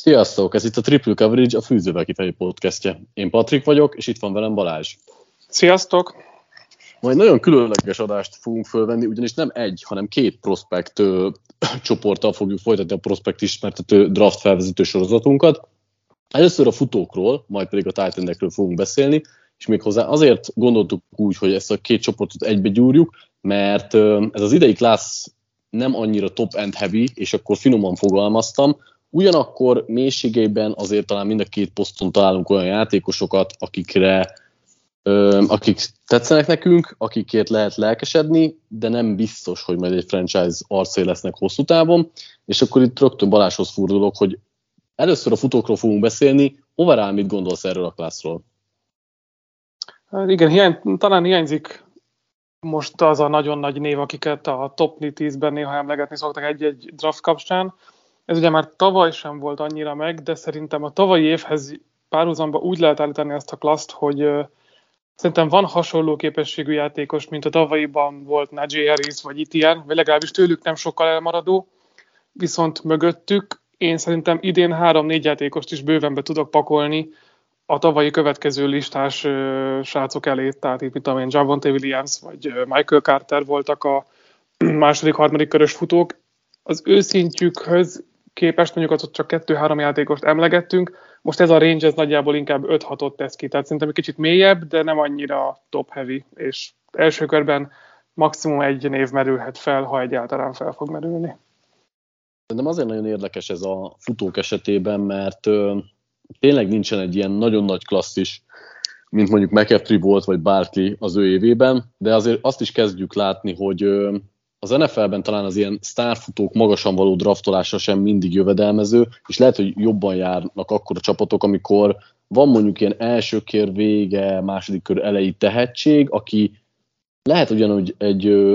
Sziasztok! Ez itt a Triple Coverage, a Fűzővel kifelé podcastje. Én Patrik vagyok, és itt van velem Balázs. Sziasztok! Majd nagyon különleges adást fogunk fölvenni, ugyanis nem egy, hanem két prospekt csoporttal fogjuk folytatni a prospekt ismertető draft felvezető sorozatunkat. Először a futókról, majd pedig a tight endekről fogunk beszélni, és méghozzá azért gondoltuk úgy, hogy ezt a két csoportot egybe gyúrjuk, mert ez az idei class nem annyira top-end heavy, és akkor finoman fogalmaztam, ugyanakkor mélységeiben azért talán mind a két poszton találunk olyan játékosokat, akik tetszenek nekünk, akikért lehet lelkesedni, de nem biztos, hogy majd egy franchise arcai lesznek hosszú távon, és akkor itt rögtön Balázshoz fordulok, hogy először a futókról fogunk beszélni, overall mit gondolsz erről a classról? Igen, talán hiányzik most az a nagyon nagy név, akiket a top 10-ben néha emlegetni szoktak egy-egy draft kapcsán. Ez ugye már tavaly sem volt annyira meg, de szerintem a tavalyi évhez párhuzamba úgy lehet állítani ezt a klaszt, hogy szerintem van hasonló képességű játékos, mint a tavalyiban volt Najee Harris vagy Etienne, vagy legalábbis tőlük nem sokkal elmaradó, viszont mögöttük én szerintem idén 3-4 játékost is bőven be tudok pakolni a tavalyi következő listás srácok elé, tehát itt, mint amilyen Javonte Williams vagy Michael Carter voltak a második-harmadik körös futók. Az őszintjükhöz képest mondjuk ott csak 2-3 játékost emlegettünk, most ez a range ez nagyjából inkább 5-6-ot tesz ki, tehát szerintem egy kicsit mélyebb, de nem annyira top-heavy, és első körben maximum egy név merülhet fel, ha egyáltalán fel fog merülni. Szerintem azért nagyon érdekes ez a futók esetében, mert tényleg nincsen egy ilyen nagyon nagy klasszis, mint mondjuk McCaffrey volt, vagy Barkley az ő évében, de azért azt is kezdjük látni, hogy az NFL-ben talán az ilyen sztárfutók magasan való draftolása sem mindig jövedelmező, és lehet, hogy jobban járnak akkor a csapatok, amikor van mondjuk ilyen első kör vége, második kör elejé tehetség, aki lehet ugyanúgy egy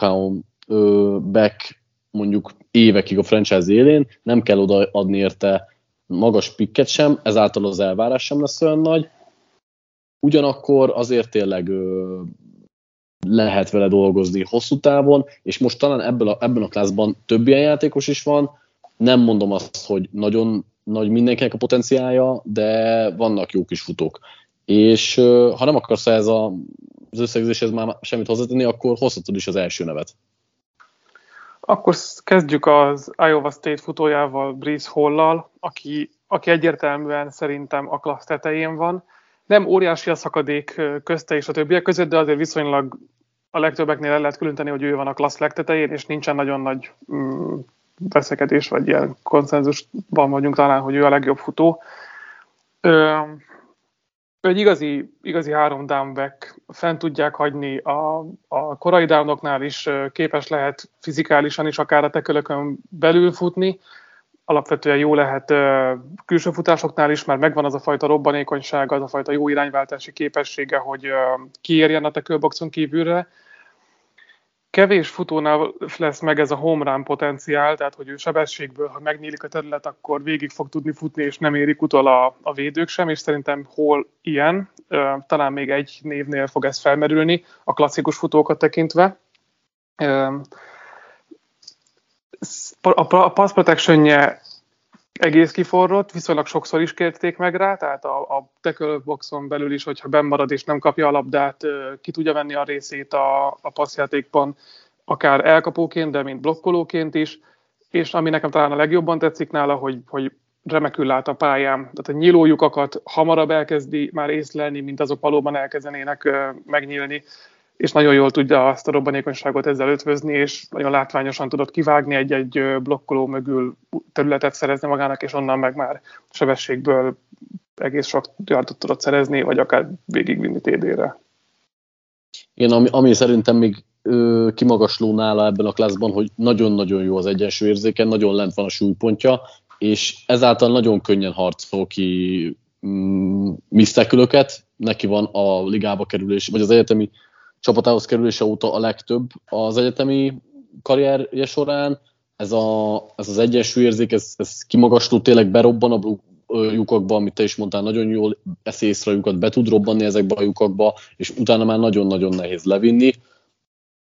back mondjuk évekig a franchise élén, nem kell odaadni érte magas pikket sem, ezáltal az elvárás sem lesz olyan nagy. Ugyanakkor azért tényleg lehet vele dolgozni hosszú távon, és most talán ebben a classban több ilyen játékos is van. Nem mondom azt, hogy nagyon nagy mindenkinek a potenciálja, de vannak jó kis futók. És ha nem akarsz az összegzéshez már semmit hozzátenni, akkor hozhatod is az első nevet. Akkor kezdjük az Iowa State futójával, Breece Hall-lal, aki egyértelműen szerintem a klassz tetején van. Nem óriási a szakadék közte és a többiek között, de azért viszonylag a legtöbbeknél el lehet különíteni, hogy ő van a klassz legtetején, és nincsen nagyon nagy veszekedés, vagy ilyen konszenzusban vagyunk talán, hogy ő a legjobb futó. Egy igazi 3 down back, fent tudják hagyni a korai downoknál is, képes lehet fizikálisan is akár a tekölökön belül futni, alapvetően jó lehet külső futásoknál is, mert megvan az a fajta robbanékonysága, az a fajta jó irányváltási képessége, hogy kiérjen a tekölboxon kívülre. Kevés futónál lesz meg ez a home run potenciál, tehát hogy ő sebességből, ha megnyílik a terület, akkor végig fog tudni futni, és nem érik utol a védők sem, és szerintem Hall ilyen. Talán még egy névnél fog ez felmerülni, a klasszikus futókat tekintve. A pass protection-je egész kiforrott, viszonylag sokszor is kérték meg rá, tehát a tackle boxon belül is, hogyha benn marad és nem kapja a labdát, ki tudja venni a részét a passzjátékban, akár elkapóként, de mint blokkolóként is, és ami nekem talán a legjobban tetszik nála, hogy remekül lát a pályán, tehát a nyílólyukakat hamarabb elkezdi már észlelni, mint azok valóban elkezdenének megnyílni, és nagyon jól tudja azt a robbanékonyságot ezzel ötvözni, és nagyon látványosan tudott kivágni egy blokkoló mögül területet szerezni magának, és onnan meg már sebességből egész sok yardot tudott szerezni, vagy akár végigvinni TD-re. Igen, ami szerintem még kimagasló nála ebben a classban, hogy nagyon-nagyon jó az egyensúlyérzéken, nagyon lent van a súlypontja, és ezáltal nagyon könnyen harcol ki misztekülöket, neki van a ligába kerülés, vagy az egyetemi csapatához kerülése óta a legtöbb az egyetemi karrierje során. Ez az egyensúlyérzék, ez kimagasló, tényleg berobban a lyukakba, amit te is mondtál, nagyon jól eszi észre a lyukat, be tud robbanni ezekbe a lyukakba, és utána már nagyon-nagyon nehéz levinni.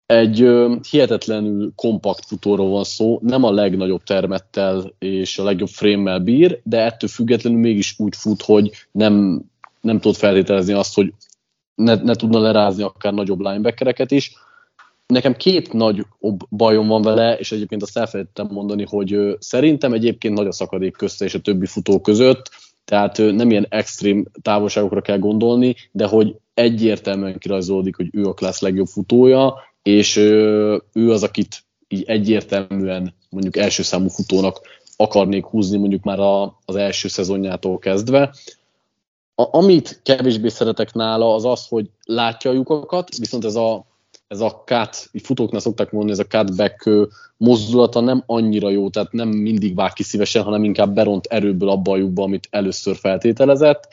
Egy hihetetlenül kompakt futóról van szó, nem a legnagyobb termettel és a legjobb frame-mel bír, de ettől függetlenül mégis úgy fut, hogy nem tud feltételezni azt, hogy ne tudna lerázni akár nagyobb linebackereket is. Nekem két nagy bajom van vele, és egyébként azt elfelejtettem mondani, hogy szerintem egyébként nagy a szakadék közte és a többi futó között, tehát nem ilyen extrém távolságokra kell gondolni, de hogy egyértelműen kirajzolódik, hogy ő a klassz legjobb futója, és ő az, akit így egyértelműen mondjuk első számú futónak akarnék húzni mondjuk már az első szezonjától kezdve. Amit kevésbé szeretek nála, az az, hogy látja a lyukakat, viszont ez a cut, így futóknál szokták mondani, ez a cutback mozdulata nem annyira jó, tehát nem mindig vág ki szívesen, hanem inkább beront erőből abba a lyukba, amit először feltételezett.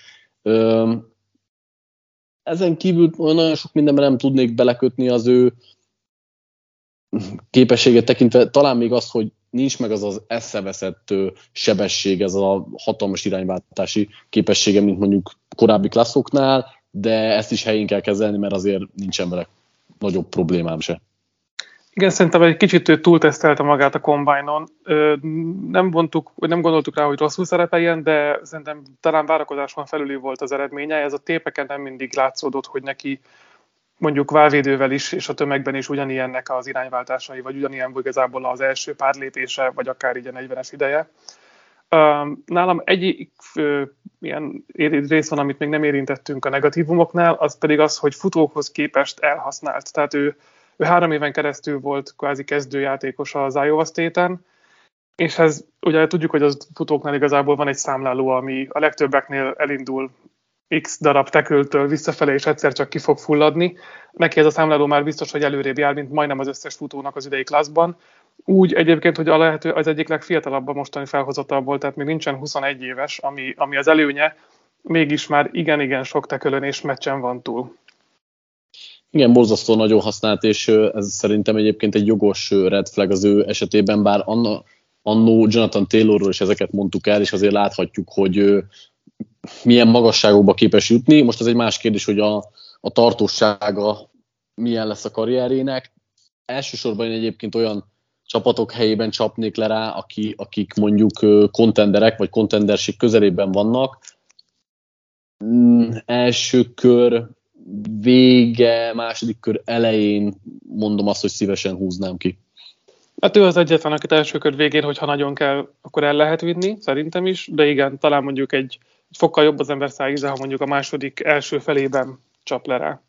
Ezen kívül nagyon sok mindenben nem tudnék belekötni az ő képességet tekintve, talán még az, hogy nincs meg az eszeveszett sebesség, ez a hatalmas irányváltási képessége, mint mondjuk korábbi klasszoknál, de ezt is helyén kell kezelni, mert azért nincsen vele nagyobb problémám se. Igen, szerintem egy kicsit ő túltesztelte magát a Combine-on. Nem gondoltuk rá, hogy rosszul szerepeljen, de szerintem talán várakozáson felüli volt az eredménye. Ez a tépeken nem mindig látszódott, hogy neki mondjuk válvédővel is, és a tömegben is ugyanilyennek az irányváltásai, vagy ugyanilyen volt igazából az első pár lépése, vagy akár így a 40-es ideje. Nálam egy ilyen rész van, amit még nem érintettünk a negatívumoknál, az pedig az, hogy futókhoz képest elhasznált. Tehát ő 3 éven keresztül volt kvázi kezdőjátékos az Iowa State-en, és ez ugye tudjuk, hogy az futóknál igazából van egy számláló, ami a legtöbbeknél elindul X darab teköltől visszafele, és egyszer csak ki fog fulladni. Neki ez a számláló már biztos, hogy előrébb jár, mint majdnem az összes futónak az idei klasszban. Úgy egyébként, hogy a lehető az egyik legfiatalabb a mostani felhozatalból, tehát még nincsen 21 éves, ami az előnye, mégis már igen-igen sok tekölön és meccsen van túl. Igen, borzasztó nagyon használt, és ez szerintem egyébként egy jogos red flag az ő esetében, bár annó Jonathan Taylorról is ezeket mondtuk el, és azért láthatjuk, hogy milyen magasságokba képes jutni. Most ez egy más kérdés, hogy a tartósága milyen lesz a karrierének. Elsősorban én egyébként olyan csapatok helyében csapnék le rá, akik mondjuk kontenderek, vagy kontenderség közelében vannak. Első kör vége, második kör elején mondom azt, hogy szívesen húznám ki. Hát ő az egyetlen, akit első kör végén, hogyha nagyon kell, akkor el lehet vinni, szerintem is, de igen, talán mondjuk egy fokkal jobb az ember szájíze, ha mondjuk a második első felében csap le rá.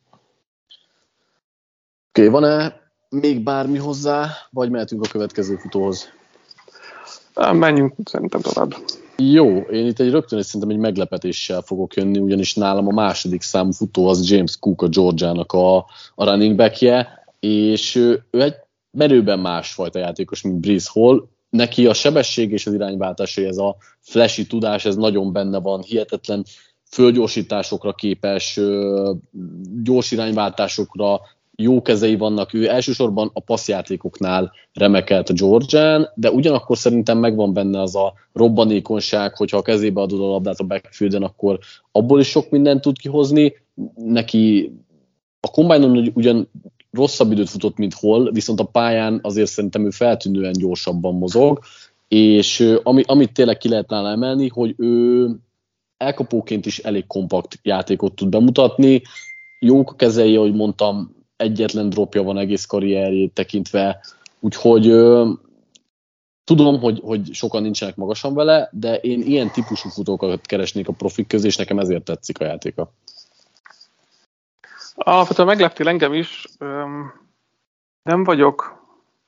Oké, van-e még bármi hozzá, vagy mehetünk a következő futóhoz? Menjünk szerintem tovább. Jó, én itt rögtön szerintem egy meglepetéssel fogok jönni, ugyanis nálam a második számú futó az James Cook, a Georgiának a running backje, és ő egy merőben másfajta játékos, mint Breece Hall. Neki a sebesség és az irányváltásai, ez a flashy tudás, ez nagyon benne van, hihetetlen fölgyorsításokra képes, gyors irányváltásokra, jó kezei vannak, ő elsősorban a passzjátékoknál remekelt a Georgián, de ugyanakkor szerintem megvan benne az a robbanékonyság, hogyha a kezébe adod a labdát a backfielden, akkor abból is sok mindent tud kihozni. Neki a combine-on ugyan rosszabb időt futott, mint Hall, viszont a pályán azért szerintem ő feltűnően gyorsabban mozog, és amit tényleg ki lehet nála emelni, hogy ő elkapóként is elég kompakt játékot tud bemutatni, jók a kezei, ahogy mondtam, egyetlen dropja van egész karrierjét tekintve, úgyhogy tudom, hogy sokan nincsenek magasan vele, de én ilyen típusú futókat keresnék a profik közé, és nekem ezért tetszik a játéka. Alapvetően megleptél engem is. Nem vagyok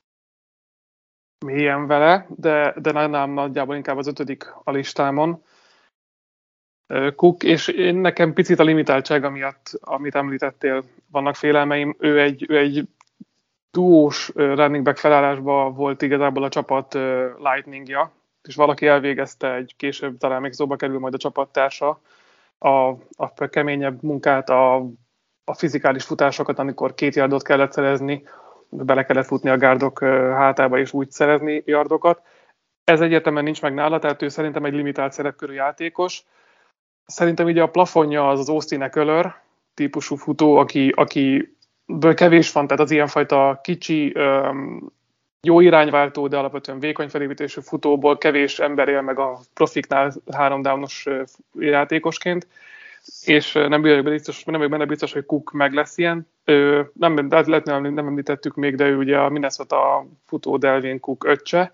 mélyen vele, de nálam nagyjából inkább az 5. a listámon. Cook, és nekem picit a limitáltsága miatt, amit említettél, vannak félelmeim. Ő egy duós running back felállásban volt igazából a csapat lightningja, és valaki elvégezte, egy később talán még szóba kerül majd a csapattársa, a keményebb munkát, a fizikális futásokat, amikor 2 yardot kellett szerezni, bele kellett futni a gárdok hátába és úgy szerezni yardokat. Ez egyértelműen nincs meg nála, tehát ő szerintem egy limitált szerepkörű játékos. Szerintem ugye a plafonja az Austin Ekeler típusú futó, aki kevés van, tehát az ilyenfajta kicsi, jó irányváltó, de alapvetően vékony felépítésű futóból kevés ember él meg a profiknál 3 downos játékosként, és nem vagyok benne biztos, hogy Cook meg lesz ilyen. Nem említettük még, de ő ugye a Minnesota futó Delvin Cook öccse.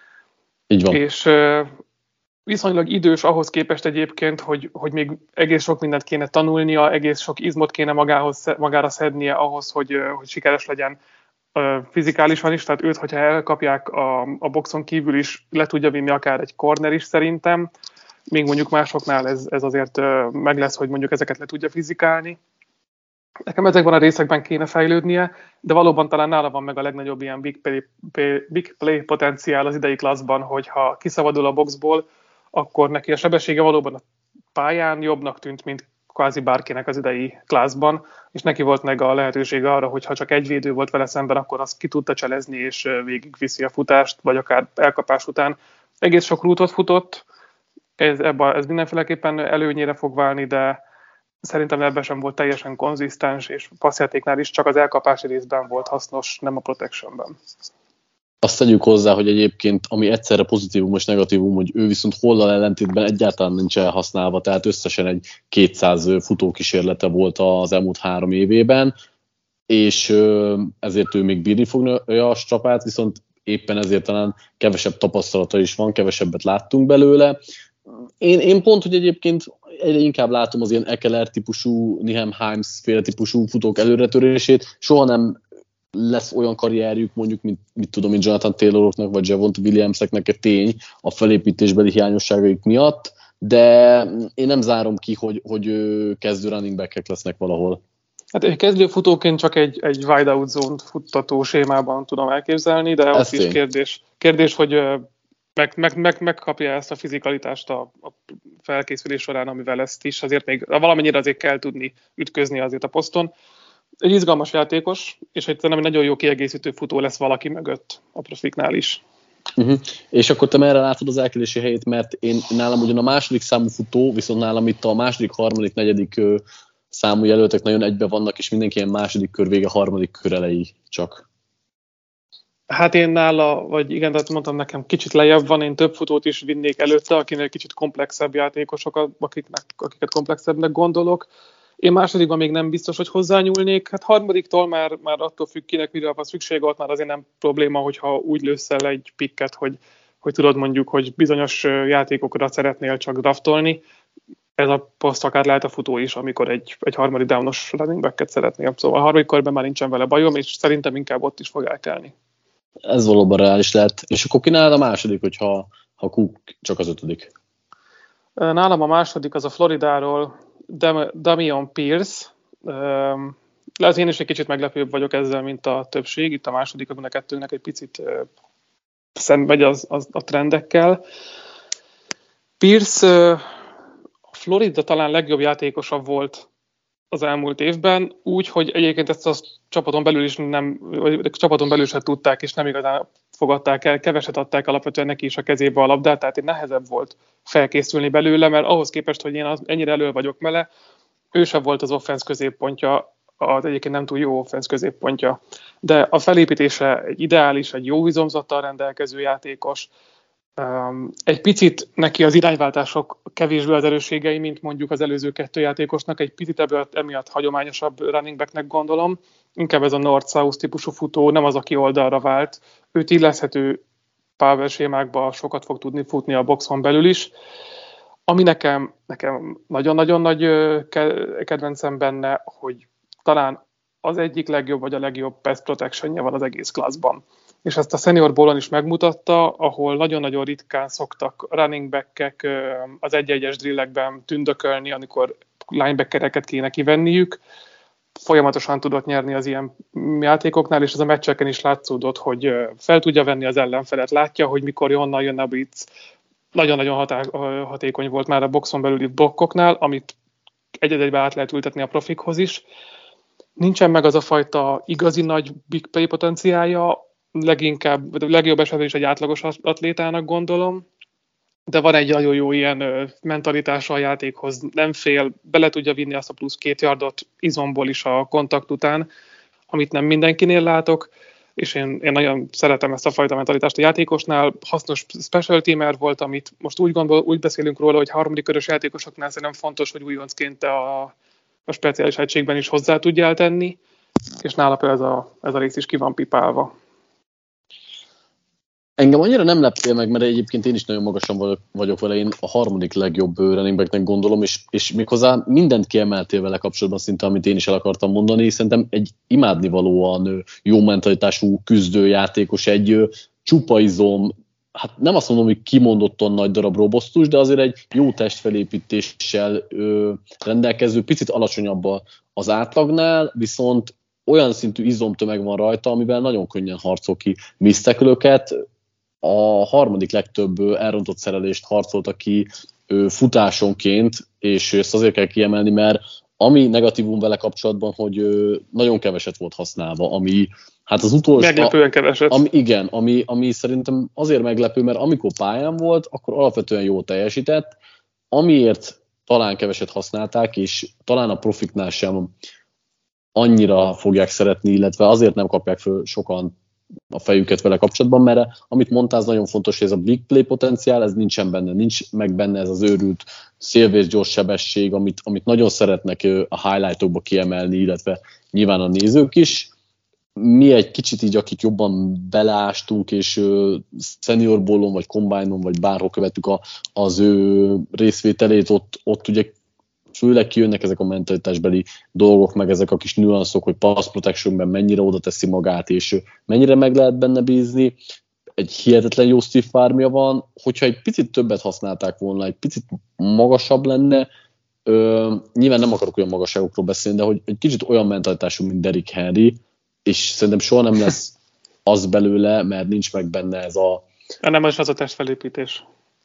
Így van. És viszonylag idős ahhoz képest egyébként, hogy még egész sok mindent kéne tanulnia, egész sok izmot kéne magára szednie ahhoz, hogy sikeres legyen fizikálisan is, tehát őt, hogyha elkapják a boxon kívül is, le tudja vinni akár egy corner is szerintem, még mondjuk másoknál ez azért meg lesz, hogy mondjuk ezeket le tudja fizikálni. Nekem ezekben a részekben kéne fejlődnie, de valóban talán nála van meg a legnagyobb ilyen big play potenciál az idei klasszban, hogyha kiszabadul a boxból, akkor neki a sebessége valóban a pályán jobbnak tűnt, mint kvázi bárkinek az idei klasszban, és neki volt meg a lehetősége arra, hogy ha csak egy védő volt vele szemben, akkor azt ki tudta cselezni, és végigviszi a futást, vagy akár elkapás után. Egész sok rútot futott, ez mindenféleképpen előnyére fog válni, de szerintem ebben sem volt teljesen konzisztens, és passzjátéknál is csak az elkapási részben volt hasznos, nem a protectionben. Azt tegyük hozzá, hogy egyébként, ami egyszerre pozitívum és negatívum, hogy ő viszont Hall-al ellentétben egyáltalán nincs elhasználva, tehát összesen egy 200 futókísérlete volt az elmúlt 3 évében, és ezért ő még bírni fogja a strapát, viszont éppen ezért talán kevesebb tapasztalata is van, kevesebbet láttunk belőle. Én pont, hogy egyébként egyre inkább látom az ilyen Ekeler típusú, Nyheim Hines féle típusú futók előretörését, soha nem lesz olyan karrierjük mondjuk, mint Jonathan Tayloroknak vagy Javonte Williamseknek egy tény a felépítésbeli hiányosságaik miatt, de én nem zárom ki, hogy kezdő running back-ek lesznek valahol. Hát egy kezdőfutóként csak egy wide out zone futtató sémában tudom elképzelni, de ott is kérdés, hogy megkapja ezt a fizikalitást a felkészülés során, amivel ezt is azért még valamennyire azért kell tudni ütközni azért a poszton. Egy izgalmas játékos, és egy nagyon jó kiegészítő futó lesz valaki mögött a profiknál is. És akkor te merre látod az elkerülési helyét, mert én nálam ugyan a második számú futó, viszont nálam itt a második, harmadik, negyedik számú jelöltek nagyon egybe vannak, és mindenki ilyen második kör vége, harmadik kör elejé csak. Hát én nála, vagy igen, tehát mondtam, nekem kicsit lejjebb van, én több futót is vinnék előtte, akinek kicsit komplexebb játékosok, akiket komplexebbnek gondolok. Én másodikban még nem biztos, hogy hozzányúlnék. Hát harmadiktól már attól függ, kinek mire van szükség, ott már azért nem probléma, hogyha úgy lősz el egy picket, hogy tudod mondjuk, hogy bizonyos játékokra szeretnél csak draftolni. Ez a poszt akár lehet a futó is, amikor egy harmadik downos running backet szeretnél. Szóval a harmadik körben már nincsen vele bajom, és szerintem inkább ott is fog elkelni. Ez valóban reális lehet. És akkor ki nálad a második, hogyha Cook csak az 5. Nálam a második az a Floridáról Dameon Pierce. Lehet, én is egy kicsit meglepőbb vagyok ezzel, mint a többség. Itt a második, a kettőnek egy picit szembegy a trendekkel. Pierce a Florida talán legjobb játékosa volt az elmúlt évben, úgy, hogy egyébként ezt a csapaton belül sem tudták, és nem igazán fogadták el, keveset adták alapvetően neki is a kezébe a labdát, tehát nehezebb volt felkészülni belőle, mert ahhoz képest, hogy én ennyire elő vagyok vele, ő sem volt az offense középpontja, az egyébként nem túl jó offense középpontja, de a felépítése egy ideális, egy jó izomzattal rendelkező játékos. Egy picit neki az irányváltások kevésbé az erősségei, mint mondjuk az előző 2 játékosnak, egy picit emiatt hagyományosabb running backnek gondolom. Inkább ez a north-south típusú futó, nem az, aki oldalra vált. Őt illeszthető power sémákba sokat fog tudni futni a boxon belül is. Ami nekem nagyon-nagyon nagy kedvencem benne, hogy talán az egyik legjobb, vagy a legjobb pass protectionje van az egész klasszban. És ezt a Senior Bowl-on is megmutatta, ahol nagyon-nagyon ritkán szoktak running back-ek az egy-egyes drillekben tündökölni, amikor linebackereket kéne kivenniük. Folyamatosan tudott nyerni az ilyen játékoknál, és ez a meccseken is látszódott, hogy fel tudja venni az ellenfelet, látja, hogy mikor honnan jön a blitz. Nagyon-nagyon hatékony volt már a boxon belüli blokkoknál, amit egy-egybe át lehet ültetni a profikhoz is. Nincsen meg az a fajta igazi nagy big play potenciálja, legjobb esetben is egy átlagos atlétának gondolom, de van egy nagyon jó ilyen mentalitása a játékhoz, nem fél, bele tudja vinni azt a plusz 2 yardot izomból is a kontakt után, amit nem mindenkinél látok, és én nagyon szeretem ezt a fajta mentalitást a játékosnál. Hasznos special teamer volt, amit most úgy beszélünk róla, hogy harmadik körös játékosoknál szerintem fontos, hogy újoncként a speciális egységben is hozzá tudjál tenni, és nála például ez a rész is ki van pipálva. Engem annyira nem leptél meg, mert egyébként én is nagyon magasan vagyok vele, én a harmadik legjobb running backnek gondolom, és méghozzá mindent kiemeltél vele kapcsolatban szinte, amit én is el akartam mondani. Szerintem egy imádnivalóan jó mentalitású küzdőjátékos, egy csupa izom, hát nem azt mondom, hogy kimondottan nagy darab robosztus, de azért egy jó testfelépítéssel rendelkező, picit alacsonyabb az átlagnál, viszont olyan szintű izomtömeg van rajta, amivel nagyon könnyen harcol ki miszteklőket. A harmadik legtöbb elrontott szerelést harcolta ki futásonként, és ezt azért kell kiemelni, mert ami negatívum vele kapcsolatban, hogy nagyon keveset volt használva, ami hát az utolsó... Meglepően keveset. Ami szerintem azért meglepő, mert amikor pályán volt, akkor alapvetően jól teljesített, amiért talán keveset használták, és talán a profiknál sem annyira fogják szeretni, illetve azért nem kapják föl sokan a fejüket vele kapcsolatban, mert amit mondtál, az nagyon fontos, hogy ez a big play potenciál, ez nincsen benne, nincs meg benne ez az őrült szélvész gyors sebesség, amit nagyon szeretnek a highlightokba kiemelni, illetve nyilván a nézők is. Mi egy kicsit így, akik jobban beleástunk, és senior bowlon, vagy combine-on, vagy bárhol követtük az ő részvételét, ott ugye főleg kijönnek ezek a mentalitásbeli dolgok, meg ezek a kis nüanszok, hogy pass protectionben mennyire oda teszi magát, és mennyire meg lehet benne bízni. Egy hihetetlen jó Steve farmja van, hogyha egy picit többet használták volna, egy picit magasabb lenne, nyilván nem akarok olyan magasságokról beszélni, de hogy egy kicsit olyan mentalitású, mint Derrick Henry, és szerintem soha nem lesz az belőle, mert nincs meg benne ez a... Nem az a testfelépítés.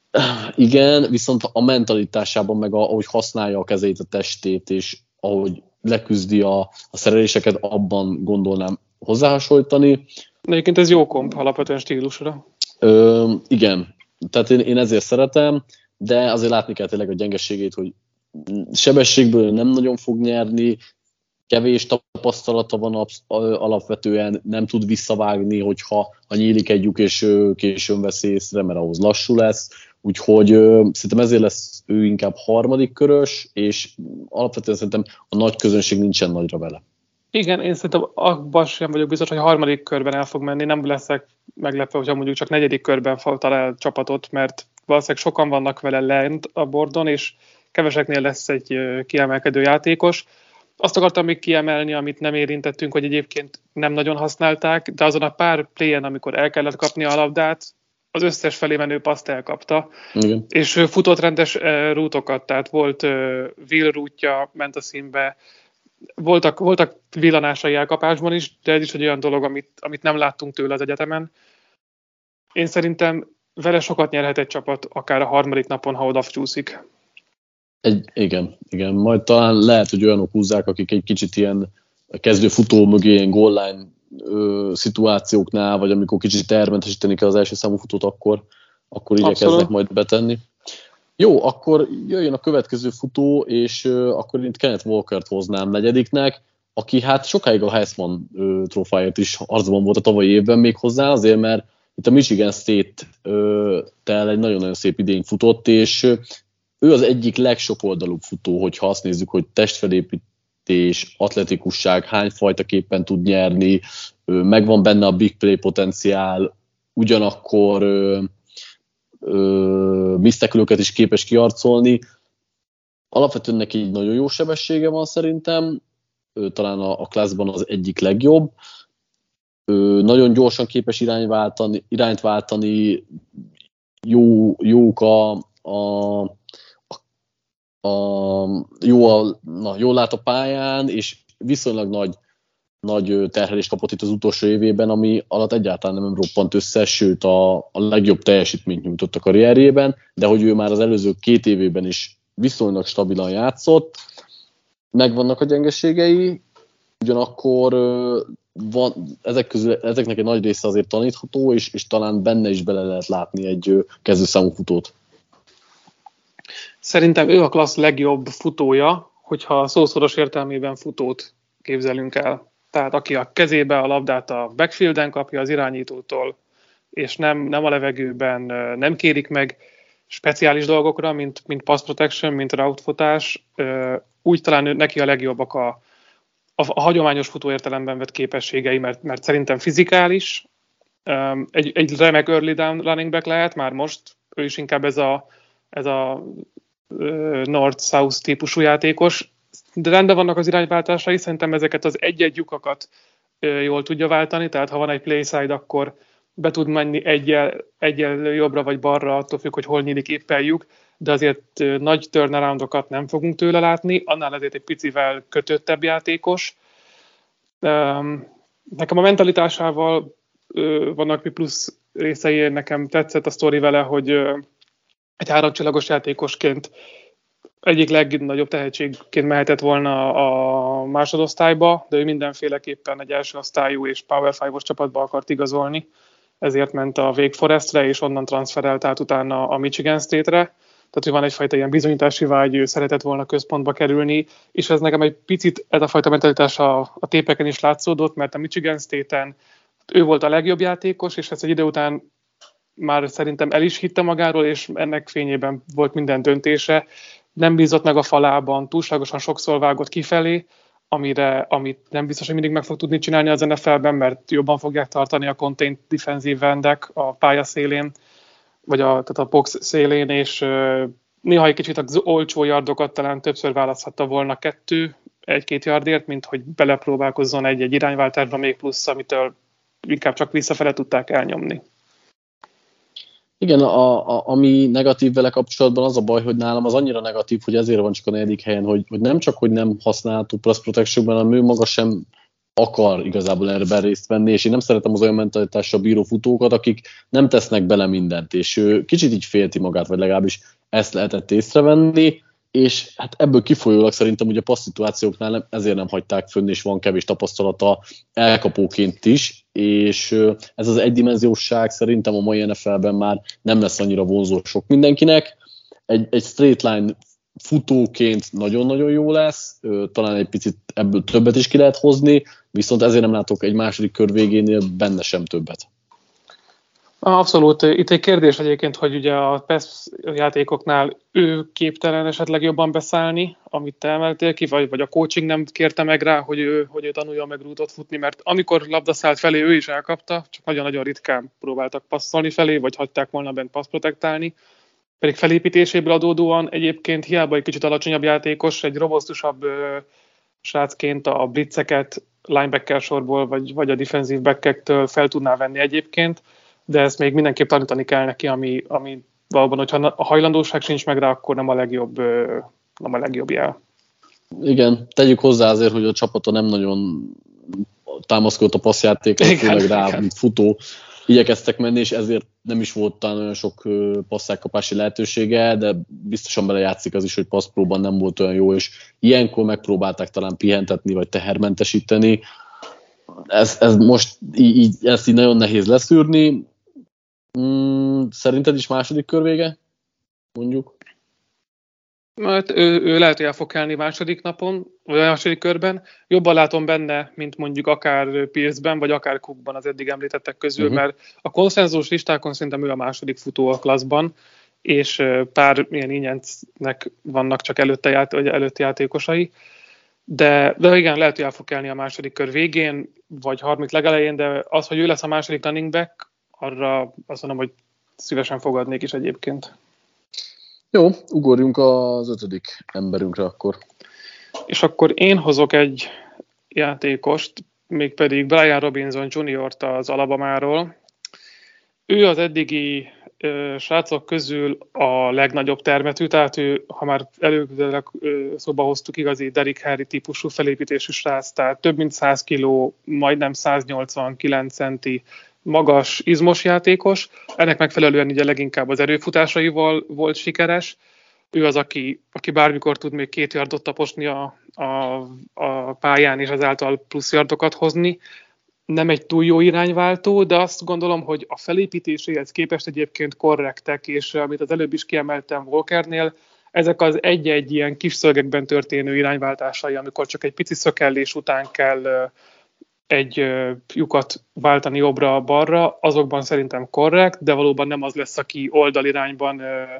Igen, viszont a mentalitásában, meg ahogy használja a kezét, a testét, és ahogy leküzdi a szereléseket, abban gondolnám hozzáhasonlítani. Egyébként ez jó komp alapvetően stílusra. Igen, tehát én ezért szeretem, de azért látni kell tényleg a gyengeségét, hogy sebességből nem nagyon fog nyerni, kevés tapasztalata van alapvetően, nem tud visszavágni, hogyha nyílik egy lyuk és későn vesz észre, mert ahhoz lassú lesz. Úgyhogy szerintem ezért lesz ő inkább harmadik körös, és alapvetően szerintem a nagy közönség nincsen nagyra vele. Igen, én szerintem abban sem vagyok biztos, hogy a harmadik körben el fog menni. Nem leszek meglepve, hogyha mondjuk csak negyedik körben talál csapatot, mert valószínűleg sokan vannak vele lent a bordon, és keveseknél lesz egy kiemelkedő játékos. Azt akartam még kiemelni, amit nem érintettünk, hogy egyébként nem nagyon használták, de azon a pár playen, amikor el kellett kapni a labdát, az összes felé menő paszt elkapta. Igen. És futott rendes rútokat, tehát volt wheel rútja, ment a színbe, voltak villanásai elkapásban is, de ez is egy olyan dolog, amit nem láttunk tőle az egyetemen. Én szerintem vele sokat nyerhet egy csapat, akár a harmadik napon, ha odacsúszik. Igen. Majd talán lehet, hogy olyanok húzzák, akik egy kicsit ilyen kezdő futó mögé, ilyen goal line szituációknál, vagy amikor kicsit termentesíteni kell az első számú futót, akkor igyekeznek majd betenni. Jó, akkor jöjjön a következő futó, és akkor itt Kenneth Walkert hoznám negyediknek, aki hát sokáig a Heisman trófáért is harcban volt a tavalyi évben még hozzá, azért mert itt a Michigan State-tel egy nagyon-nagyon szép idény futott, és ő az egyik legsokoldalúbb futó, hogyha azt nézzük, hogy testfelépítés, atletikusság, hány fajtaképpen tud nyerni, megvan benne a big play potenciál, ugyanakkor miszteklőket is képes kiarcolni. Alapvetően neki egy nagyon jó sebessége van szerintem, talán a classban az egyik legjobb. Nagyon gyorsan képes irányt váltani, jól lát a pályán, és viszonylag nagy terhelést kapott itt az utolsó évében, ami alatt egyáltalán nem roppant össze, sőt a legjobb teljesítményt nyújtott a karrierjében, de hogy ő már az előző 2 évében is viszonylag stabilan játszott, megvannak a gyengeségei, ugyanakkor ezeknek egy nagy része azért tanítható, és talán benne is bele lehet látni egy kezdőszámú futót. Szerintem ő a klassz legjobb futója, hogyha szószoros értelmében futót képzelünk el. Tehát aki a kezébe a labdát a backfielden kapja az irányítótól, és nem a levegőben nem kérik meg speciális dolgokra, mint pass protection, mint route futás, úgy talán neki a legjobbak a hagyományos futóértelemben vett képességei, mert szerintem fizikális, egy remek early down running back lehet már most, ő is inkább ez a north-south típusú játékos, de rendben vannak az irányváltásai, szerintem ezeket az egy-egy lyukakat jól tudja váltani, tehát ha van egy play side, akkor be tud menni egyel jobbra vagy balra, attól függ, hogy hol nyílik éppen lyuk, de azért nagy turnaroundokat nem fogunk tőle látni, annál azért egy picivel kötöttebb játékos. Nekem a mentalitásával vannak plusz részei, nekem tetszett a sztori vele, hogy egy háromcsillagos játékosként egyik legnagyobb tehetségként mehetett volna a másodosztályba, de ő mindenféleképpen egy első osztályú és Power 5-os csapatba akart igazolni, ezért ment a Wake Forestre, és onnan transferelt át utána a Michigan State-re. Tehát, hogy van egyfajta ilyen bizonyítási vágy, ő szeretett volna központba kerülni, és ez nekem egy picit, ez a fajta mentalitás a tépeken is látszódott, mert a Michigan State-en ő volt a legjobb játékos, és ezt egy idő után már szerintem el is hitte magáról, és ennek fényében volt minden döntése. Nem bízott meg a falában, túlságosan sokszor vágott kifelé, amit nem biztos, hogy mindig meg fog tudni csinálni az NFL-ben, mert jobban fogják tartani a contained defensive endek a pálya szélén, vagy tehát a box szélén, és néha egy kicsit az olcsó yardokat talán többször választhatta volna egy-két yardért, mint hogy belepróbálkozzon egy irányváltásba még plusz, amitől inkább csak visszafele tudták elnyomni. Igen, ami negatív vele kapcsolatban az a baj, hogy nálam az annyira negatív, hogy ezért van csak a 4. helyen, hogy nem csak, hogy nem használható pass protection-ben, hanem ő maga sem akar igazából erre részt venni, és én nem szeretem az olyan mentalitásra bíró futókat, akik nem tesznek bele mindent, és ő kicsit így félti magát, vagy legalábbis ezt lehetett észrevenni, és hát ebből kifolyólag szerintem ugye a passzituációknál ezért nem hagyták fönn, és van kevés tapasztalata elkapóként is, és ez az egydimenziósság szerintem a mai NFL-ben már nem lesz annyira vonzó sok mindenkinek. Egy straight line futóként nagyon-nagyon jó lesz, talán egy picit ebből többet is ki lehet hozni, viszont ezért nem látok egy második kör végénél benne sem többet. Abszolút. Itt egy kérdés egyébként, hogy ugye a PES játékoknál ő képtelen esetleg jobban beszállni, amit te emeltél ki, vagy a coaching nem kérte meg rá, hogy ő tanulja meg rútot futni, mert amikor labda szállt felé, ő is elkapta, csak nagyon-nagyon ritkán próbáltak passzolni felé, vagy hagyták volna bent passzprotektálni. Pedig felépítéséből adódóan egyébként hiába egy kicsit alacsonyabb játékos, egy robosztusabb srácként a blitzeket linebacker sorból, vagy a defensive backektől fel tudná venni egyébként, de ezt még mindenképp tanítani kell neki, ami valóban, hogyha a hajlandóság sincs meg rá, akkor nem a legjobb jel. Igen, tegyük hozzá azért, hogy a csapata nem nagyon támaszkodott a passzjátékra, főleg rá, mint futó igyekeztek menni, és ezért nem is volt talán olyan sok passzákkapási lehetősége, de biztosan belejátszik az is, hogy passzpróban nem volt olyan jó, és ilyenkor megpróbálták talán pihentetni, vagy tehermentesíteni. Ez most ezt így nagyon nehéz leszűrni. Szerinted is második kör vége? Mondjuk. Hát ő lehet, hogy el fog kelni második napon, vagy a második körben. Jobban látom benne, mint mondjuk akár Pierce-ben, vagy akár Cookban az eddig említettek közül, mert a konszenzus listákon szerintem ő a második futó a klasszban, és pár ilyen ingyencnek vannak csak előtti játékosai. De igen, lehet, hogy el fog kelni a második kör végén, vagy harmadik legelején, de az, hogy ő lesz a második running back, arra azt mondom, hogy szívesen fogadnék is egyébként. Jó, ugorjunk az 5. emberünkre akkor. És akkor én hozok egy játékost, mégpedig Brian Robinson Jr.-t az Alabamáról. Ő az eddigi srácok közül a legnagyobb termetű, tehát ő, ha már előbb szóba hoztuk, igazi Derrick Henry típusú felépítésű srác, tehát több mint 100 kiló, majdnem 189 centi, magas, izmos játékos. Ennek megfelelően ugye leginkább az erőfutásaival volt sikeres. Ő az, aki bármikor tud még 2 yardot taposni a pályán, és ezáltal plusz yardokat hozni. Nem egy túl jó irányváltó, de azt gondolom, hogy a felépítéséhez képest egyébként korrektek, és amit az előbb is kiemeltem Walkernél, ezek az egy-egy ilyen kis szögekben történő irányváltásai, amikor csak egy pici szökellés után kell egy lyukat váltani jobbra-balra, azokban szerintem korrekt, de valóban nem az lesz, aki oldalirányban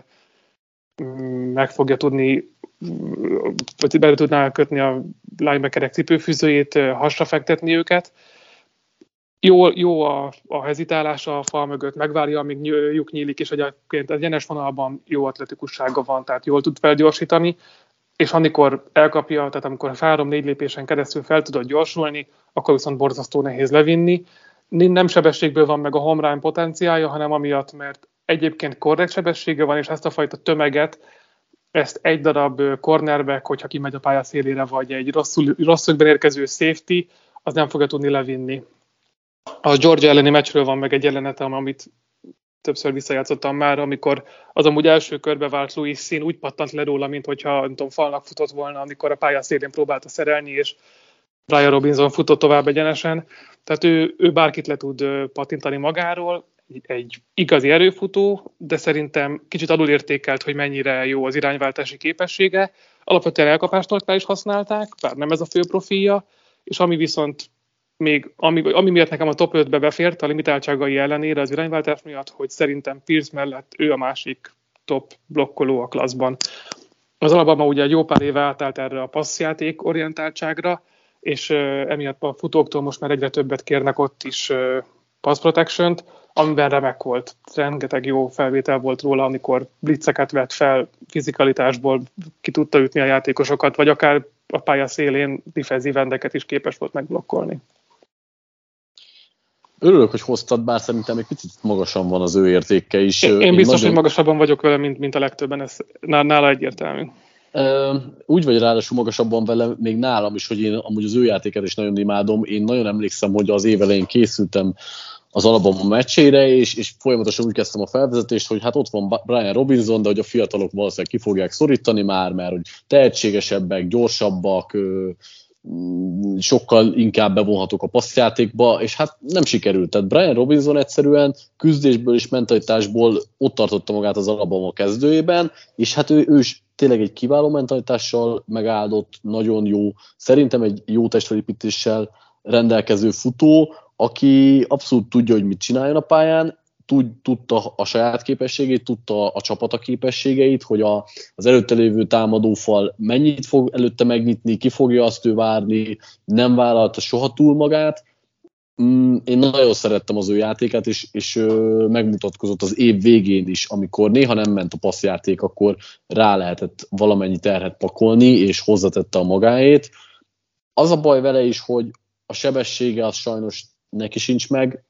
meg fogja tudni, vagy bele tudná kötni a linebackerek cipőfűzőjét, hasra fektetni őket. Jó a hezitálása a fal mögött, megvárja, amíg lyuk nyílik, és egyébként egyenes vonalban jó atletikussága van, tehát jól tud felgyorsítani, és amikor elkapja, tehát amikor 3-4 lépésen keresztül fel tudod gyorsulni, akkor viszont borzasztó nehéz levinni. Nem sebességből van meg a home run potenciálja, hanem amiatt, mert egyébként korrekt sebessége van, és ezt a fajta tömeget, ezt egy darab cornerback, hogyha kimegy a pálya szélére, vagy egy rosszul érkező safety, az nem fogja tudni levinni. A Georgia elleni meccsről van meg egy jelenetem, amit többször visszajátszottam már, amikor az amúgy első körbe vált Louis Sin úgy pattant le róla, mint hogyha nem tudom, falnak futott volna, amikor a pálya szélén próbálta szerelni, és Brian Robinson futott tovább egyenesen. Tehát ő bárkit le tud pattintani magáról, egy igazi erőfutó, de szerintem kicsit alulértékelt, hogy mennyire jó az irányváltási képessége. Alapvetően elkapástartál is használták, bár nem ez a fő profilja, és ami viszont még, ami miatt nekem a top 5-be befért a limitáltságai ellenére az irányváltás miatt, hogy szerintem Pierce mellett ő a másik top blokkoló a klasszban. Az Alabama ugye egy jó pár éve átállt erre a passzjáték orientáltságra, és emiatt a futóktól most már egyre többet kérnek ott is pass protection-t, amiben remek volt. Rengeteg jó felvétel volt róla, amikor blitzeket vett fel, fizikalitásból ki tudta ütni a játékosokat, vagy akár a pálya szélén defensive endeket is képes volt megblokkolni. Örülök, hogy hoztad, bár szerintem egy picit magasan van az ő értéke is. Én biztos, hogy magasabban vagyok vele, mint a legtöbben, ez nála egyértelmű. Úgy vagy ráadásul magasabban vele, még nálam is, hogy én amúgy az ő játékát is nagyon imádom. Én nagyon emlékszem, hogy az év elején készültem az Alabama meccsére, és folyamatosan úgy kezdtem a felvezetést, hogy hát ott van Brian Robinson, de hogy a fiatalok valószínűleg ki fogják szorítani már, mert hogy tehetségesebbek, gyorsabbak, sokkal inkább bevonhatók a passzjátékba, és hát nem sikerült. Tehát Brian Robinson egyszerűen küzdésből és mentalitásból ott tartotta magát az Alabama kezdőjében, és hát ő is tényleg egy kiváló mentalitással megáldott, nagyon jó, szerintem egy jó testfelépítéssel rendelkező futó, aki abszolút tudja, hogy mit csináljon a pályán, tudta a saját képességét, tudta a csapata képességeit, hogy az előtte lévő támadófal mennyit fog előtte megnyitni, ki fogja azt ő várni, nem vállalta soha túl magát. Én nagyon szerettem az ő játékát, és megmutatkozott az év végén is, amikor néha nem ment a passzjáték, akkor rá lehetett valamennyi terhet pakolni, és hozzatette a magáét. Az a baj vele is, hogy a sebessége az sajnos neki sincs meg,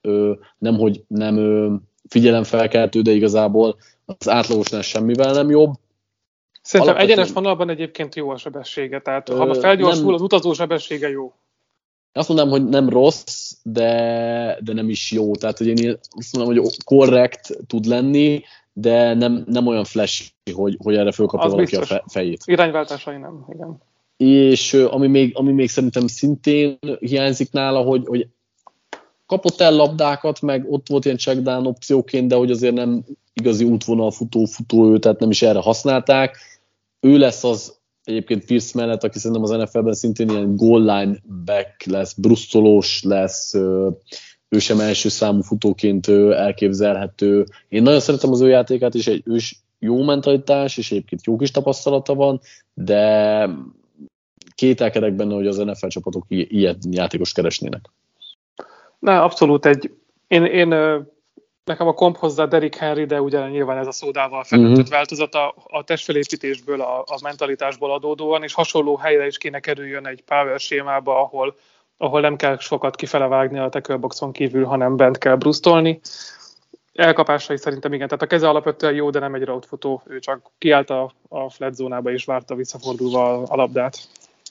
nem figyelemfelkeltő, de igazából az átlagosnál semmivel nem jobb. Szerintem egyenes vonalban egyébként jó a sebessége, tehát ha felgyorsul, az utazó sebessége jó. Azt mondanám, hogy nem rossz, de nem is jó. Tehát, hogy én azt mondom, hogy korrekt tud lenni, de nem olyan flashy, hogy erre fölkapja valaki a fejét. Irányváltásai nem, igen. És ami még szerintem szintén hiányzik nála, hogy kapott el labdákat, meg ott volt ilyen check down opcióként, de hogy azért nem igazi útvonal futó ő, tehát nem is erre használták. Ő lesz az egyébként Pierce mellett, aki szerintem az NFL-ben szintén ilyen goal line back lesz, brusztolós lesz, ő sem első számú futóként elképzelhető. Én nagyon szeretem az ő játékát, és ő is jó mentalitás, és egyébként jó kis tapasztalata van, de kételkedek benne, hogy az NFL csapatok ilyen játékos keresnének. Abszolút nekem a komp hozzá Derrick Henry, de ugye nyilván ez a szódával felöltött változata a testfelépítésből, a mentalitásból adódóan, és hasonló helyre is kéne kerüljön egy power sémába, ahol nem kell sokat kifele vágni a tackle-boxon kívül, hanem bent kell brusztolni. Elkapásai szerintem igen, tehát a keze alapvetően jó, de nem egy route futó, ő csak kiállt a flat zónába és várta visszafordulva a labdát.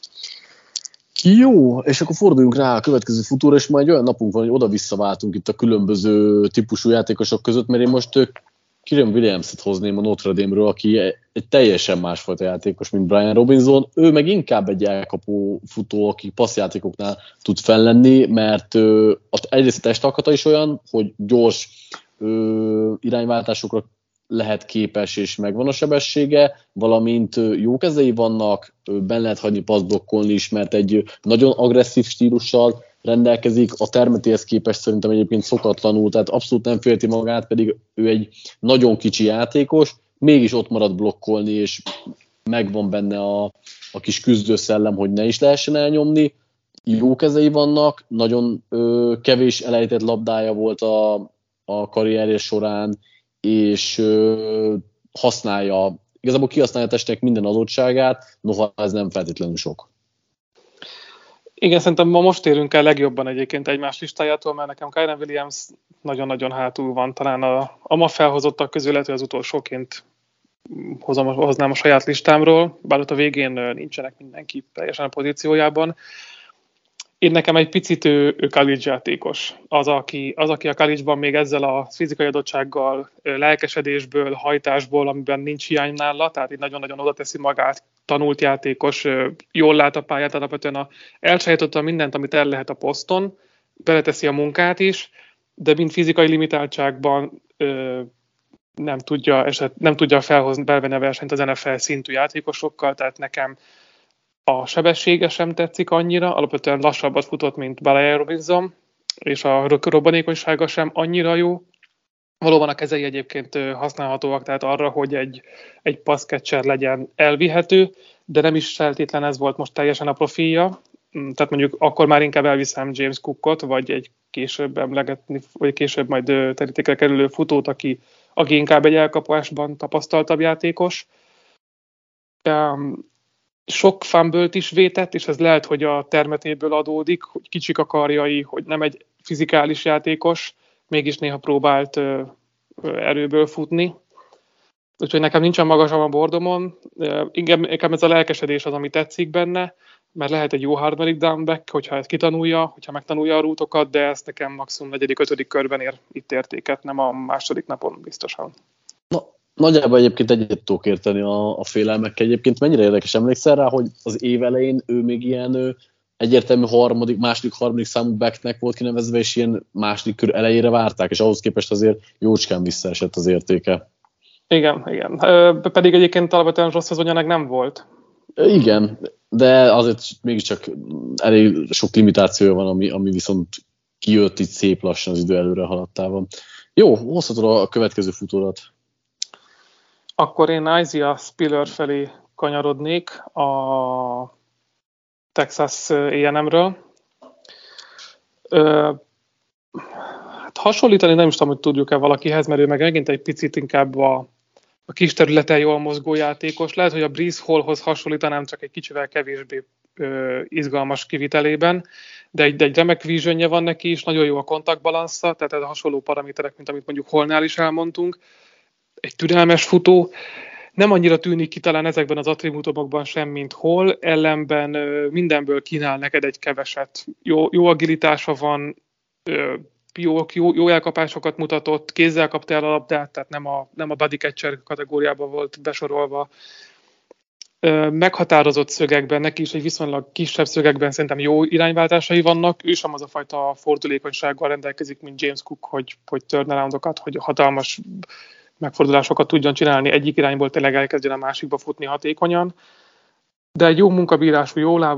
Jó, és akkor forduljunk rá a következő futóra, és majd egy olyan napunk van, hogy oda-visszaváltunk itt a különböző típusú játékosok között, mert én most Kyren Williams-et hozném a Notre Dame-ről, aki egy teljesen másfajta játékos, mint Brian Robinson. Ő meg inkább egy elkapó futó, aki passzjátékoknál tud fellenni, mert egyrészt a testalkata is olyan, hogy gyors irányváltásokra lehet képes, és megvan a sebessége, valamint jó kezei vannak, benne lehet hagyni passzblokkolni is, mert egy nagyon agresszív stílussal rendelkezik, a termetéhez képest szerintem egyébként szokatlanul, tehát abszolút nem félti magát, pedig ő egy nagyon kicsi játékos, mégis ott marad blokkolni, és megvan benne a kis küzdőszellem, hogy ne is lehessen elnyomni. Jó kezei vannak, nagyon kevés elejtett labdája volt a karrierje során, és igazából kihasználja a testnek minden adottságát, noha ez nem feltétlenül sok. Igen, szerintem ma most érünk el legjobban egyébként egymás listájától, mert nekem Kyren Williams nagyon-nagyon hátul van. Talán a ma felhozottak közül lehet, hogy az utolsóként hoznám a saját listámról, bár ott a végén nincsenek mindenki teljesen a pozíciójában. Én nekem egy picit ő college játékos. Az, aki a college-ban még ezzel a fizikai adottsággal, lelkesedésből, hajtásból, amiben nincs hiány nála, tehát így nagyon-nagyon oda teszi magát, tanult játékos, jól lát a pályát, alapvetően elsajátotta mindent, amit el lehet a poszton, beleteszi a munkát is, de mind fizikai limitáltságban nem tudja belvenni a versenyt az NFL szintű játékosokkal, tehát nekem a sebessége sem tetszik annyira, alapvetően lassabbat futott, mint Brian Robinson, és a robbanékonysága sem annyira jó. Valóban a kezei egyébként használhatóak, tehát arra, hogy egy pass-catcher legyen elvihető, de nem is feltétlen ez volt most teljesen a profilja. Tehát mondjuk akkor már inkább elviszem James Cookot, vagy egy később emlegetni, vagy később majd terítékre kerülő futót, aki inkább egy elkapásban tapasztaltabb játékos. Sok fumble-t is vétett, és ez lehet, hogy a termetéből adódik, hogy kicsik a karjai, hogy nem egy fizikális játékos, mégis néha próbált erőből futni. Úgyhogy nekem nincsen magasabb a bordomon. Inkább ez a lelkesedés az, ami tetszik benne, mert lehet egy jó harmadik downback, hogyha ezt kitanulja, hogyha megtanulja a rútokat, de ezt nekem maximum 4.-5. körben ér itt értéket, nem a második napon biztosan. Nagyjából egyébként egyet tudok érteni a félelmekkel. Egyébként mennyire érdekes, emlékszel rá, hogy az év elején ő még ilyen egyértelmű második, harmadik számú backnek volt kinevezve, és ilyen második kör elejére várták, és ahhoz képest azért jócskán visszaesett az értéke. Igen. Pedig egyébként alapvetően rossz szezonjának nem volt. Igen, de azért mégiscsak elég sok limitációja van, ami viszont kijött itt szép lassan az idő előre haladtával. Jó, hozhatod a következő futórat. Akkor én Isaiah Spiller felé kanyarodnék a Texas A&M-ről. Hát hasonlítani nem is tudom, hogy tudjuk-e valakihez, mert ő meg megint egy picit inkább a kis területen jól mozgó játékos. Lehet, hogy a Breece Hallhoz hasonlítanám, csak egy kicsivel kevésbé izgalmas kivitelében, de egy remek visionje van neki is, nagyon jó a kontaktbalansza, tehát ez a hasonló paraméterek, mint amit mondjuk Hallnál is elmondtunk. Egy türelmes futó, nem annyira tűnik ki talán ezekben az attribútumokban sem, mint Hall, ellenben mindenből kínál neked egy keveset. Jó agilitása van, jó elkapásokat mutatott, kézzel kapta el a labdát, tehát nem a body catcher kategóriában volt besorolva. Meghatározott szögekben, neki is egy viszonylag kisebb szögekben szerintem jó irányváltásai vannak, ő sem az a fajta fordulékonysággal rendelkezik, mint James Cook, hogy turnaroundokat, hogy hatalmas megfordulásokat tudjon csinálni, egyik irányból tényleg elkezdjen a másikba futni hatékonyan, de egy jó munkabírású,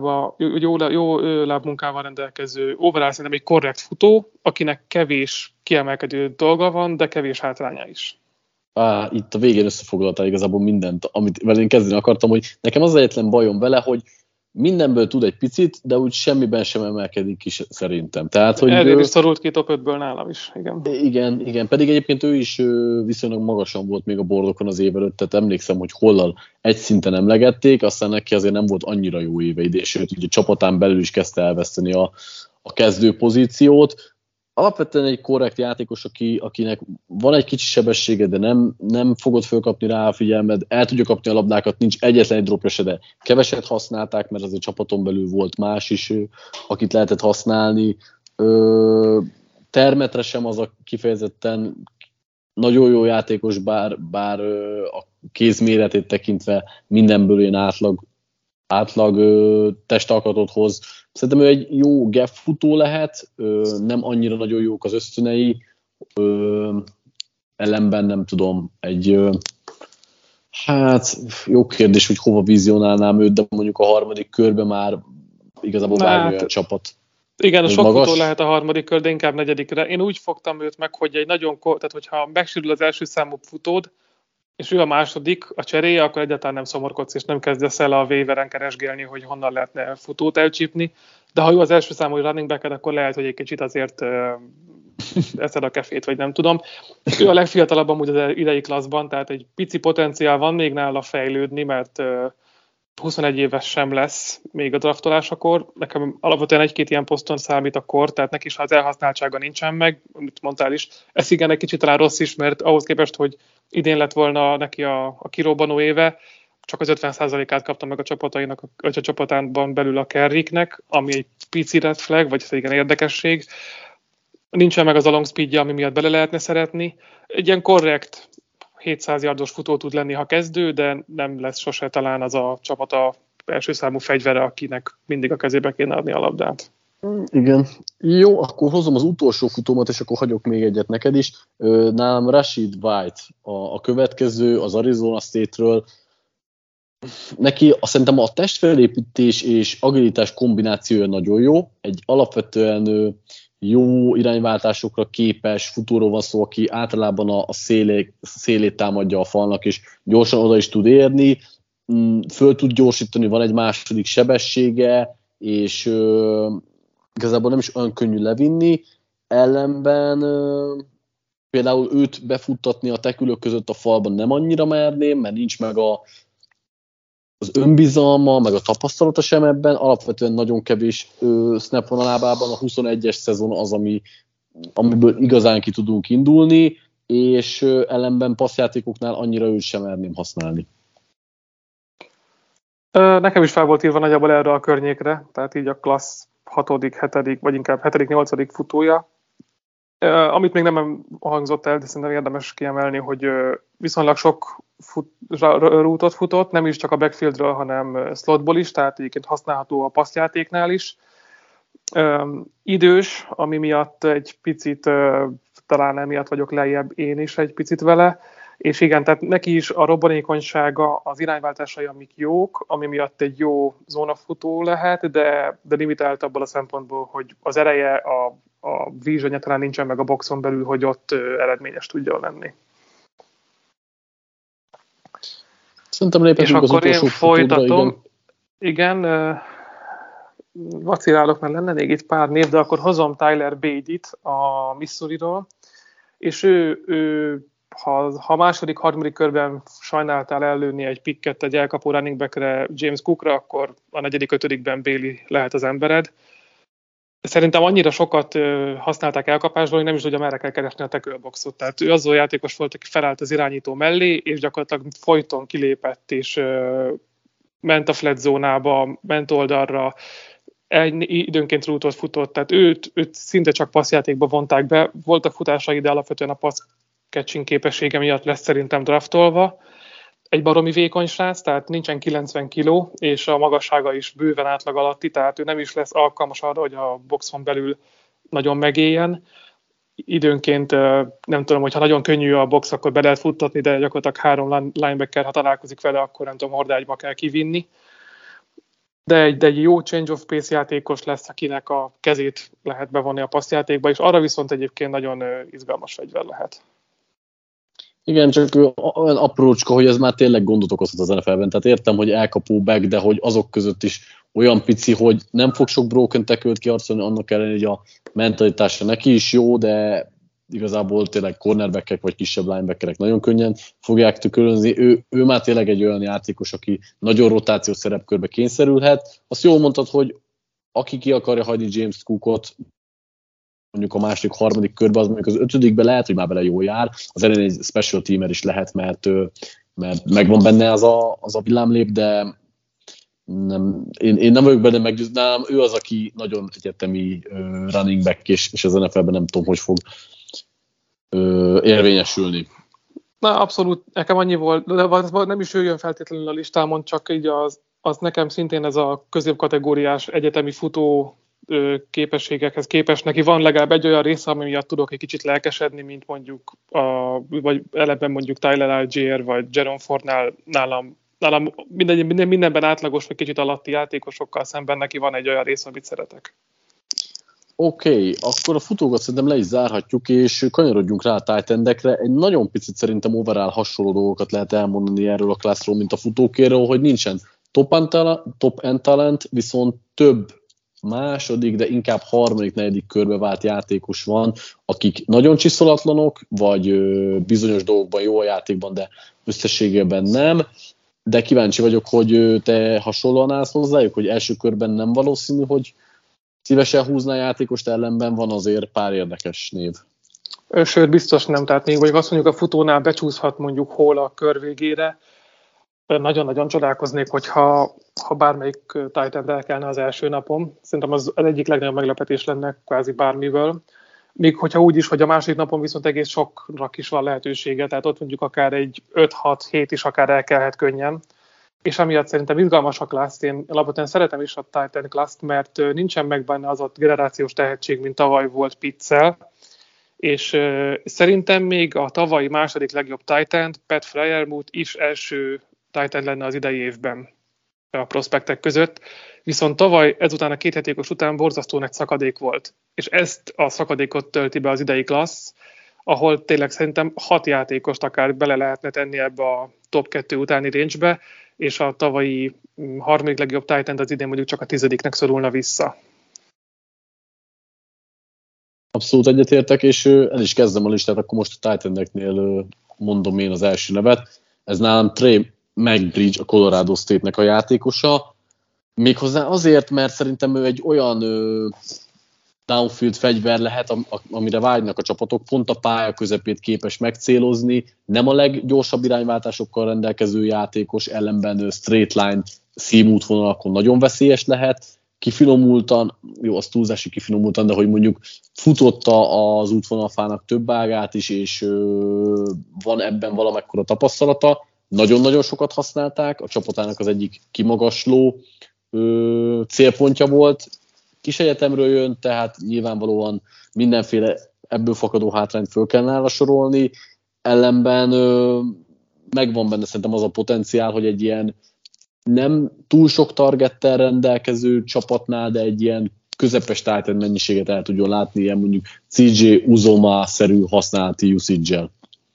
jó lábmunkával rendelkező, overall szerintem egy korrekt futó, akinek kevés kiemelkedő dolga van, de kevés hátránya is. Itt a végén összefoglaltál igazából mindent, amit én kezdeni akartam, hogy nekem az egyetlen bajom vele, hogy mindenből tud egy picit, de úgy semmiben sem emelkedik is szerintem. Tehát, hogy Erről is szorult ki top 5-ből nálam is. Igen, pedig egyébként ő is viszonylag magasan volt még a bordokon az év előtt, tehát emlékszem, hogy Hallal egy szinten emlegették, aztán neki azért nem volt annyira jó éve ide, sőt, ugye csapatán belül is kezdte elveszteni a kezdő pozíciót. Alapvetően egy korrekt játékos, akinek van egy kicsi sebessége, de nem fogod fölkapni rá a figyelmed, el tudja kapni a labdákat, nincs egyetlen egy dropja se, de keveset használták, mert azért csapaton belül volt más is, akit lehetett használni. Termetre sem az a kifejezetten nagyon jó játékos, bár a kézméretét tekintve mindenből ilyen átlag testalkatot hoz. Szerintem ő egy jó gap futó lehet, nem annyira nagyon jók az ösztönei, ellenben nem tudom, jó kérdés, hogy hova vizionálnám őt, de mondjuk a harmadik körben már igazából bármilyen csapat. Igen, a Ez sok magas? futó lehet a harmadik kör, de inkább negyedikre. Én úgy fogtam őt meg, hogy egy tehát hogyha megsérül az első számú futód, és ő a második, a cseréje, akkor egyáltalán nem szomorkodsz, és nem kezdesz el a waiveren keresgélni, hogy honnan lehetne futót elcsípni. De ha ő az első számú running back, akkor lehet, hogy egy kicsit azért eszed a kefét, vagy nem tudom. Ő a legfiatalabb amúgy az idei klasszban, tehát egy pici potenciál van még nála fejlődni, mert 21 éves sem lesz még a draftolásakor. Nekem alapvetően egy-két ilyen poszton számít a kor, tehát neki is az elhasználtsága nincsen meg, amit mondtál is. Ez igen, egy kicsit talán rossz is, mert ahhoz képest, hogy idén lett volna neki a kirobbanó éve, csak az 50%-át kapta meg a csapatainak, a csapatában belül a Kerriknek, ami egy pici red flag, vagy igen érdekesség. Nincsen meg az a long speedje, ami miatt bele lehetne szeretni. Egy ilyen korrekt 700 yardos futó tud lenni, ha kezdő, de nem lesz sose talán az a csapata első számú fegyvere, akinek mindig a kezébe kéne adni a labdát. Igen. Jó, akkor hozom az utolsó futómat, és akkor hagyok még egyet neked is. Nálam Rashid White a következő, az Arizona State-ről. Neki szerintem a testfelépítés és agilitás kombinációja nagyon jó. Egy alapvetően jó irányváltásokra képes futóról van szó, aki általában a szélét támadja a falnak, és gyorsan oda is tud érni, föl tud gyorsítani, van egy második sebessége, és igazából nem is olyan könnyű levinni. Ellenben például őt befuttatni a tekülők között a falban nem annyira merném, mert nincs meg az önbizalma, meg a tapasztalata sem ebben, alapvetően nagyon kevés snap van a lábában, a 21-es szezon az, amiből igazán ki tudunk indulni, és ellenben passzjátékoknál annyira őt sem merném használni. Nekem is fel volt írva nagyjából erre a környékre, tehát így a klassz 6., 7., vagy inkább 7., 8. futója. Amit még nem hangzott el, de szerintem érdemes kiemelni, hogy viszonylag sok rútot futott, nem is csak a backfieldről, hanem slotból is, tehát egyébként használható a passzjátéknál is. Idős, ami miatt egy picit, talán emiatt vagyok lejjebb én is egy picit vele, és igen, tehát neki is a robbanékonysága, az irányváltásai, amik jók, ami miatt egy jó zónafutó lehet, de limitált abból a szempontból, hogy az ereje, a vízsanya talán nincsen meg a boxon belül, hogy ott eredményes tudjon lenni. Szerintem léphetünk az utolsó futódra. Igen, vacilálok, mert lenne még itt pár név, de akkor hozom Tyler Badie-t a Missouriról, és ő ha második, harmadik körben sajnáltál ellőni egy picket egy elkapó running backre, James Cookra, akkor a 4., 5. Bailey lehet az embered. Szerintem annyira sokat használták elkapásból, hogy nem is tudja, merre kell keresni a tackle boxot. Tehát ő az a játékos volt, aki felállt az irányító mellé, és gyakorlatilag folyton kilépett, és ment a flat zónába, ment oldalra, időnként rútot futott, tehát őt szinte csak passzjátékba vonták be. Voltak futásai, de alapvetően a passz catching képessége miatt lesz szerintem draftolva. Egy baromi vékony srác, tehát nincsen 90 kg, és a magassága is bőven átlag alatti, tehát ő nem is lesz alkalmas arra, hogy a boxon belül nagyon megéljen. Időnként nem tudom, hogy ha nagyon könnyű a box, akkor be lehet futtatni, de gyakorlatilag 3 linebacker, ha találkozik vele, akkor nem tudom, hordágyba kell kivinni. De egy jó change of pace játékos lesz, akinek a kezét lehet bevonni a passzjátékba, és arra viszont egyébként nagyon izgalmas fegyver lehet. Igen, csak olyan aprócska, hogy ez már tényleg gondot okozhat az NFL-ben. Tehát értem, hogy elkapó back, de hogy azok között is olyan pici, hogy nem fog sok broken tackle-t kiharcolni, annak ellenére, hogy a mentalitása neki is jó, de igazából tényleg cornerbackek vagy kisebb linebackerek nagyon könnyen fogják tükörözni. Ő már tényleg egy olyan játékos, aki nagyon rotációs szerepkörbe kényszerülhet. Azt jól mondtad, hogy aki ki akarja hagyni James Cookot, mondjuk a második, harmadik körben, az mondjuk az 5. lehet, hogy már bele jól jár. Az elején egy special teamer is lehet, mert megvan benne az a villámlép, de én nem vagyok benne meggyőződve. Nálam ő az, aki nagyon egyetemi running back, és az NFL-ben nem tudom, hogy fog érvényesülni. Na, abszolút, nekem annyi volt, de nem is ő jön feltétlenül a listámon, csak így az nekem szintén ez a középkategóriás egyetemi futó képességekhez képest. Neki van legalább egy olyan része, ami miatt tudok egy kicsit lelkesedni, mint mondjuk, vagy ellenben mondjuk Tyler Algier, vagy Jerome Fordnál nálam mindenben átlagos, vagy kicsit alatti játékosokkal szemben neki van egy olyan része, amit szeretek. Oké, akkor a futókat szerintem le is zárhatjuk, és kanyarodjunk rá a tight endekre. Egy nagyon picit szerintem overall hasonló dolgokat lehet elmondani erről a classról, mint a futókéről, hogy nincsen top end talent, viszont több második, de inkább harmadik, negyedik körbe vált játékos van, akik nagyon csiszolatlanok, vagy bizonyos dolgokban jó a játékban, de összességében nem. De kíváncsi vagyok, hogy te hasonlóan állsz hozzájuk, hogy első körben nem valószínű, hogy szívesen húzná a játékost, ellenben van azért pár érdekes név. Sőt, biztos nem. Tehát még mondjuk azt mondjuk a futónál becsúszhat mondjuk hol a kör végére. Nagyon-nagyon csodálkoznék, hogyha bármelyik tight end elkelne az első napon. Szerintem az egyik legnagyobb meglepetés lenne kvázi bármiből. Még hogyha úgy is, hogy a második napon viszont egész sokra is van lehetősége, tehát ott mondjuk akár egy 5-6-7 is akár elkelhet könnyen. És amiatt szerintem izgalmas a class. Én alapvetően szeretem is a tight end class-t, mert nincsen meg benne az a generációs tehetség, mint tavaly volt Pittsel. És szerintem még a tavalyi második legjobb tight end, Pat Freiermuth is első tight end lenne az idei évben a prospektek között. Viszont tavaly ezután a 2 játékos után borzasztó nagy szakadék volt. És ezt a szakadékot tölti be az idei klassz, ahol tényleg szerintem 6 játékost akár bele lehetne tenni ebbe a top 2 utáni range-be, és a tavalyi harmadik legjobb tight end az idén mondjuk csak a 10-nek szorulna vissza. Abszolút egyetértek, és el is kezdem a listát, akkor most a tight endeknél mondom én az első nevet. Ez nálam Trey McBridge, a Colorado State-nek a játékosa. Méghozzá azért, mert szerintem ő egy olyan downfield fegyver lehet, amire vágynak a csapatok, pont a pálya közepét képes megcélozni, nem a leggyorsabb irányváltásokkal rendelkező játékos, ellenben straight line színútvonalakon nagyon veszélyes lehet, kifinomultan, jó, az túlzási kifinomultan, de hogy mondjuk futotta az útvonalfának több ágát is, és van ebben valamekkora tapasztalata, nagyon-nagyon sokat használták, a csapatának az egyik kimagasló célpontja volt, kis egyetemről jön, tehát nyilvánvalóan mindenféle ebből fakadó hátrányt föl kell nála sorolni, ellenben megvan benne szerintem az a potenciál, hogy egy ilyen nem túl sok targettel rendelkező csapatnál, de egy ilyen közepes tight end mennyiséget el tudjon látni, ilyen mondjuk CJ Uzomah-szerű használati usage-el.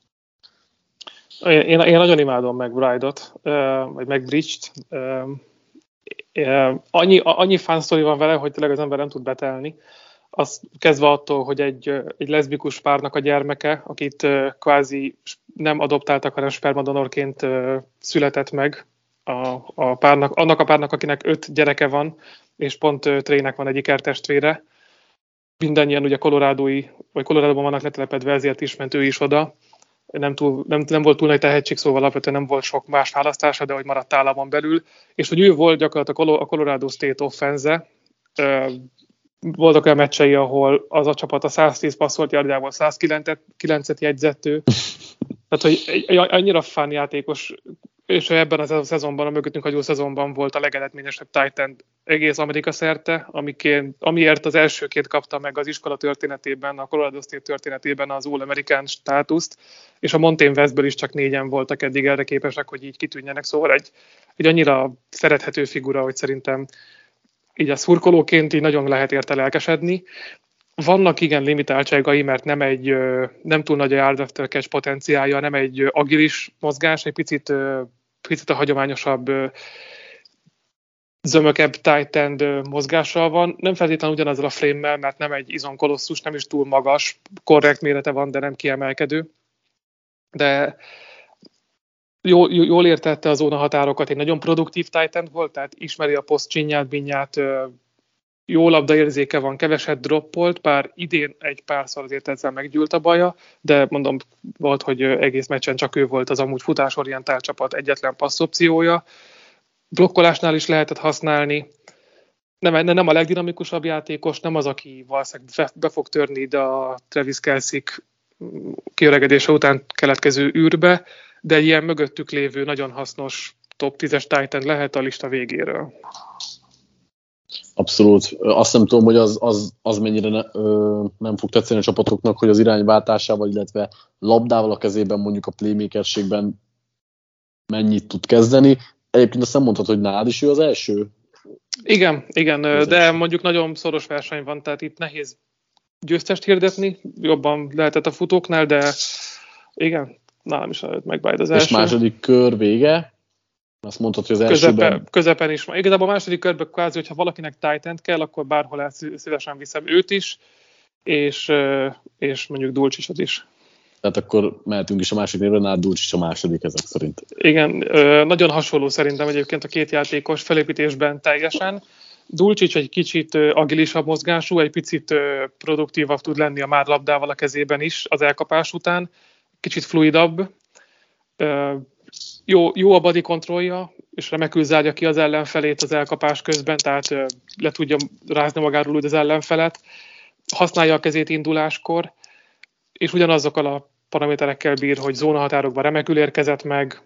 Én nagyon imádom McBride-ot, vagy McBridge-t. Annyi fan sztori van vele, hogy tényleg az ember nem tud betelni. Az kezdve attól, hogy egy leszbikus párnak a gyermeke, akit kvázi nem adoptáltak, hanem spermadonorként született meg a párnak, annak a párnak, akinek 5 gyereke van, és pont Treynek van egy ikertestvére. Mindannyian ugye Coloradóban vannak letelepedve, ezért is ment ő is oda. Nem volt túl nagy tehetség, szóval alapvetően nem volt sok más választása, de hogy maradt államon belül. És hogy ő volt gyakorlatilag a Colorado State offense. Voltak olyan meccsei, ahol az a csapat a 110 passzolt yardjából 109-et jegyzett ő. Tehát, hogy annyira fán játékos, és ebben a szezonban, a mögöttünk hagyó szezonban volt a legeredményesebb tight end egész Amerika szerte, amiért az elsőként kapta meg az iskola történetében, a Colorado State történetében az All-American státuszt, és a Mountain Westből is csak 4-en voltak eddig erre képesek, hogy így kitűnjenek. Szóval egy annyira szerethető figura, hogy szerintem így a szurkolóként így nagyon lehet érte lelkesedni. Vannak igen limitáltságai, mert nem túl nagy a yard after catch potenciálja, nem egy agilis mozgás, egy picit a hagyományosabb, zömökebb tight end mozgással van. Nem feltétlenül ugyanazzal a frame-mel, mert nem egy izonkolosszus, nem is túl magas, korrekt mérete van, de nem kiemelkedő. De jól értette a zóna határokat, egy nagyon produktív tight end volt, tehát ismeri a poszt csinyát, binyát, jó labdaérzéke van, keveset droppolt, bár idén egy párszor azért ezzel meggyűlt a baja, de mondom, volt, hogy egész meccsen csak ő volt az amúgy futásorientált csapat egyetlen passzopciója. Blokkolásnál is lehetett használni. Nem a legdinamikusabb játékos, nem az, aki valószínűleg be fog törni ide a Travis Kelce kiöregedése után keletkező űrbe, de egy ilyen mögöttük lévő, nagyon hasznos top 10-es tight end lehet a lista végéről. Abszolút. Azt nem tudom, hogy az mennyire nem fog tetszeni a csapatoknak, hogy az irányváltásával, illetve labdával a kezében mondjuk a playmakerségben mennyit tud kezdeni. Egyébként azt nem mondhatod, hogy nálad is ő az első Igen, de mondjuk nagyon szoros verseny van, tehát itt nehéz győztest hirdetni, jobban lehetett a futóknál, de igen, nálam is előtt McBride az első. És második kör vége? Azt mondtad, hogy az elsőben... Közepen is van. Igazából a második körben kvázi, hogyha valakinek Titan kell, akkor bárhol el szívesen viszem őt is, és mondjuk Dulcicot is. Tehát akkor mehetünk is a második névre, nál Dulcic a második ezek szerint. Igen, nagyon hasonló szerintem egyébként a két játékos felépítésben teljesen. Dulcic egy kicsit agilisabb mozgású, egy picit produktívabb tud lenni a már labdával a kezében is az elkapás után, kicsit fluidabb, jó a body kontrollja, és remekül zárja ki az ellenfelét az elkapás közben, tehát le tudja rázni magáról úgy az ellenfelet, használja a kezét induláskor, és ugyanazokkal a paraméterekkel bír, hogy zónahatárokban remekül érkezett meg.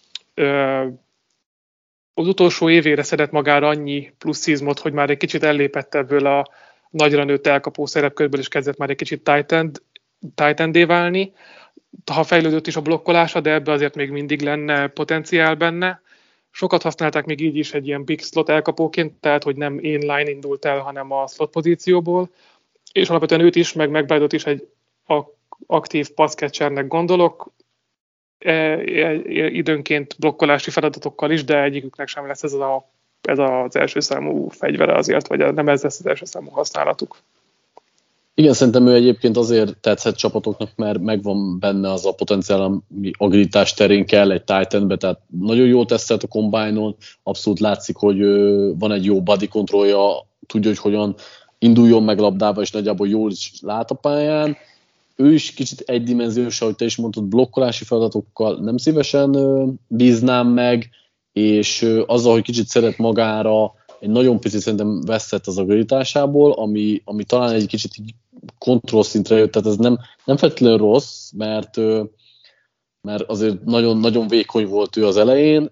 Az utolsó évére szedett magára annyi plusz izmot, hogy már egy kicsit ellépett ebből a nagyra nőtt elkapó szerepkörből, és kezdett már egy kicsit tight-endé válni. Ha fejlődött is a blokkolása, de ebbe azért még mindig lenne potenciál benne. Sokat használták még így is egy ilyen big slot elkapóként, tehát hogy nem inline indult el, hanem a slot pozícióból. És alapvetően őt is, meg McBride-ot is egy aktív pass-catchernek gondolok, időnként blokkolási feladatokkal is, de egyiküknek sem lesz ez az első számú fegyvere azért, vagy nem ez lesz az első számú használatuk. Igen, szerintem ő egyébként azért tetszett csapatoknak, mert megvan benne az a potenciál, ami agilitás terén kell egy tight endbe, tehát nagyon jól tesztelt a combine-on, abszolút látszik, hogy van egy jó body kontrollja, tudja, hogy hogyan induljon meg labdába, és nagyjából jól is lát a pályán. Ő is kicsit egydimenziós, ahogy te is mondtad, blokkolási feladatokkal nem szívesen bíznám meg, és azzal, hogy kicsit szeret magára, egy nagyon picit szerintem vesztett az agilitásából, ami talán egy kicsit kontrollszintre jött, tehát ez nem feltétlenül rossz, mert azért nagyon, nagyon vékony volt ő az elején.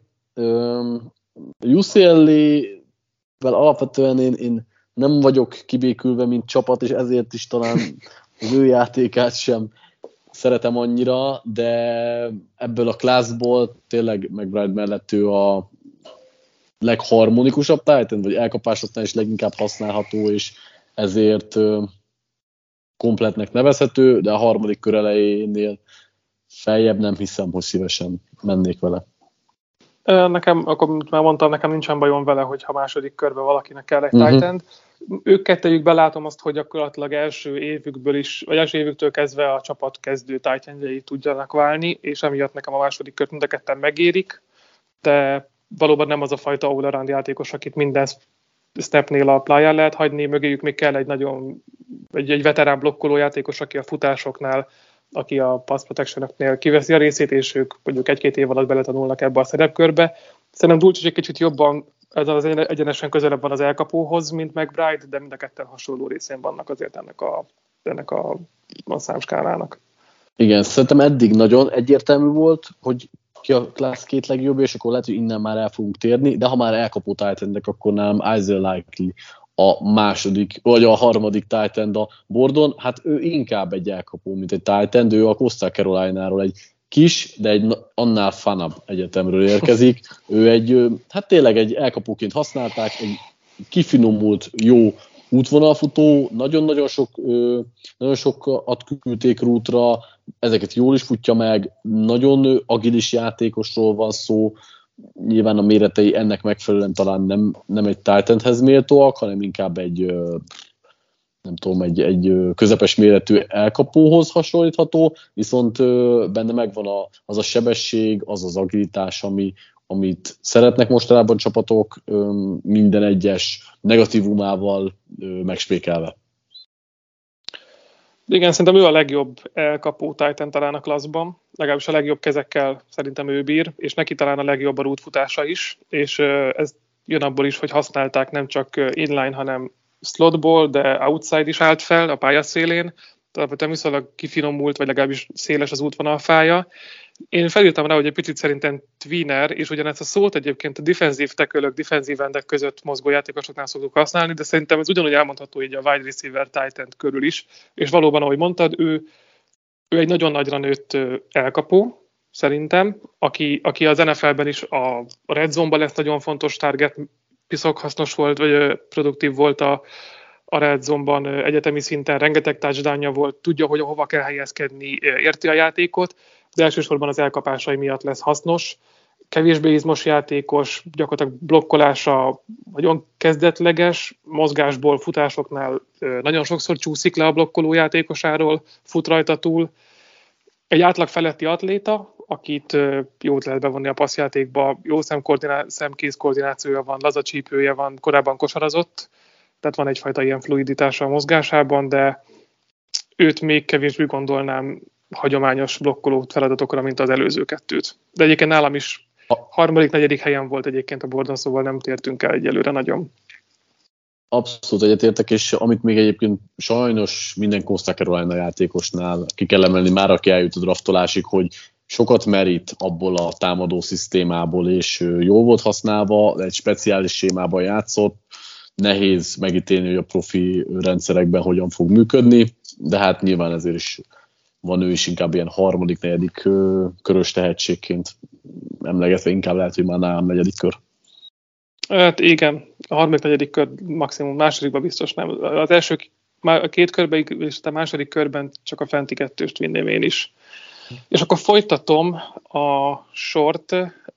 UCLA-vel alapvetően én nem vagyok kibékülve, mint csapat, és ezért is talán az ő játékát sem szeretem annyira, de ebből a classból tényleg McBride mellett ő a legharmonikusabb Titan, vagy elkapásoknál is leginkább használható, és ezért kompletnek nevezhető, de a harmadik kör elejénél feljebb nem hiszem, hogy szívesen mennék vele. Nekem, akkor már mondtam, nekem nincsen bajom vele, hogyha második körben valakinek kell egy Titan. Ők kettejükben látom azt, hogy gyakorlatilag első évükből is, vagy első évüktől kezdve a csapat kezdő Titanjei tudjanak válni, és emiatt nekem a második kört mind a ketten megérik, de valóban nem az a fajta all-around játékos, akit minden snapnél a pályán lehet hagyni, mögéjük még kell egy veterán blokkoló játékos, aki a futásoknál, aki a pass protection-öknél kiveszi a részét, és ők mondjuk 1-2 év alatt beletanulnak ebbe a szerepkörbe. Szerintem Dulcic egy kicsit jobban, ez az egyenesen közelebb van az elkapóhoz, mint McBride, de mind a ketten hasonló részén vannak azért ennek a számskálának. Igen, szerintem eddig nagyon egyértelmű volt, hogy ki a class két legjobb, és akkor lehet, hogy innen már el fogunk térni, de ha már elkapó tight-endek, akkor nálam Isaiah Likely a második, vagy a harmadik tight end a bordon. Hát ő inkább egy elkapó, mint egy tight end, ő a Coastal Carolina-ról egy kis, de egy annál funabb egyetemről érkezik. Ő hát tényleg egy elkapóként használták, egy kifinomult, jó útvonalfutó, nagyon sokat küldték rútra, ezeket jól is futja meg, nagyon agilis játékosról van szó, nyilván a méretei ennek megfelelően talán nem egy tight endhez méltóak, hanem inkább egy közepes méretű elkapóhoz hasonlítható, viszont benne megvan az a sebesség, az az agilitás, amit szeretnek mostanában csapatok, minden egyes negatívumával megspékelve. Igen, szerintem ő a legjobb elkapó Titan talán a klasszban, legalábbis a legjobb kezekkel szerintem ő bír, és neki talán a legjobb a rútfutása is, és ez jön abból is, hogy használták nem csak inline, hanem slotból, de outside is állt fel a pályaszélén, tehát viszonylag kifinomult, vagy legalábbis széles az útvonalfája. Én felírtam rá, hogy egy picit szerintem tweener, és ugyanezt a szót egyébként a defenzív tackle-ök, defenzív endek között mozgó játékosoknál szoktuk használni, de szerintem ez ugyanúgy elmondható így a wide receiver tight end körül is, és valóban, ahogy mondtad, ő egy nagyon nagyra nőtt elkapó, szerintem, aki az NFL-ben is a red zone-ban lesz nagyon fontos target, piszok hasznos volt, vagy produktív volt a red zone-ban egyetemi szinten, rengeteg touchdownja volt, tudja, hogy hova kell helyezkedni, érti a játékot, de elsősorban az elkapásai miatt lesz hasznos. Kevésbé izmos játékos, gyakorlatilag blokkolása nagyon kezdetleges, mozgásból, futásoknál nagyon sokszor csúszik le a blokkoló játékosáról, fut rajta túl. Egy átlag feletti atléta, akit jót lehet bevonni a passzjátékba, jó szemkész koordinációja van, laza csípője van, korábban kosarazott, tehát van egyfajta ilyen fluiditása a mozgásában, de őt még kevésbé gondolnám hagyományos blokkoló feladatokra, mint az előző kettőt. De egyébként nálam is harmadik, negyedik helyen volt egyébként a bordon, szóval nem tértünk el egyelőre nagyon. Abszolút egyetértek, és amit még egyébként sajnos minden Coastal Carolina játékosnál ki kell emelni, már aki eljut a draftolásig, hogy sokat merít abból a támadó szisztémából, és jól volt használva, egy speciális sémában játszott, nehéz megítélni, hogy a profi rendszerekben hogyan fog működni, de hát nyilván ezért is van ő is inkább ilyen harmadik, negyedik körös tehetségként emlegetve, inkább lehet, hogy már nálam negyedik kör. Hát igen, a harmadik, negyedik kör maximum, másodikban biztos nem. Az első a két körben és a második körben csak a fenti kettőst vinném én is. És akkor folytatom a sort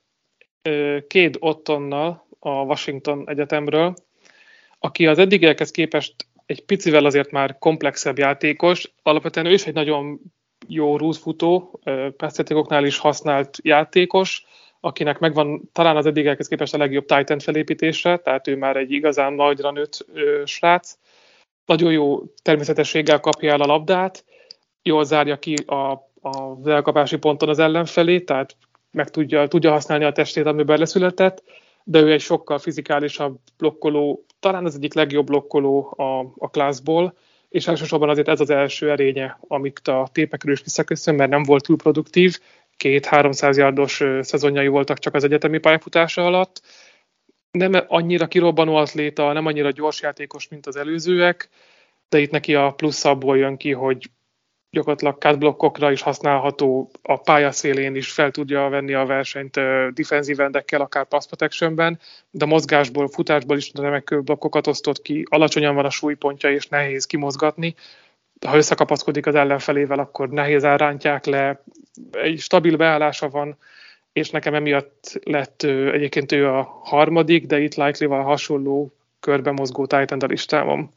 Cade Ottonnal a Washington Egyetemről, aki az eddigiekhez képest egy picivel azért már komplexebb játékos. Alapvetően ő is egy nagyon jó rúzfutó, pászjátékoknál is használt játékos, akinek megvan talán az eddigiekhez képest a legjobb tight end felépítése, tehát ő már egy igazán nagyra nőtt srác. Nagyon jó természetességgel kapja el a labdát, jól zárja ki az elkapási ponton az ellenfelét, tehát meg tudja használni a testét, amiben leszületett, de ő egy sokkal fizikálisabb blokkoló, talán az egyik legjobb blokkoló a classból, és elsősorban azért ez az első erénye, amit a tépekről is visszaköszön, mert nem volt túl produktív, 200-300 yardos szezonjai voltak csak az egyetemi pályafutása alatt. Nem annyira kirobbanó atléta, nem annyira gyors játékos, mint az előzőek, de itt neki a plusz abból jön ki, hogy gyakorlatilag cutblockokra is használható, a pályaszélén is fel tudja venni a versenyt defensive endekkel, akár pass protectionben, de mozgásból, futásból is remek blokkokat osztott ki, alacsonyan van a súlypontja és nehéz kimozgatni. Ha összekapaszkodik az ellenfelével, akkor nehéz elrántják le, egy stabil beállása van, és nekem emiatt lett egyébként ő a harmadik, de itt Likely-val hasonló körbe mozgó tight end a listámon.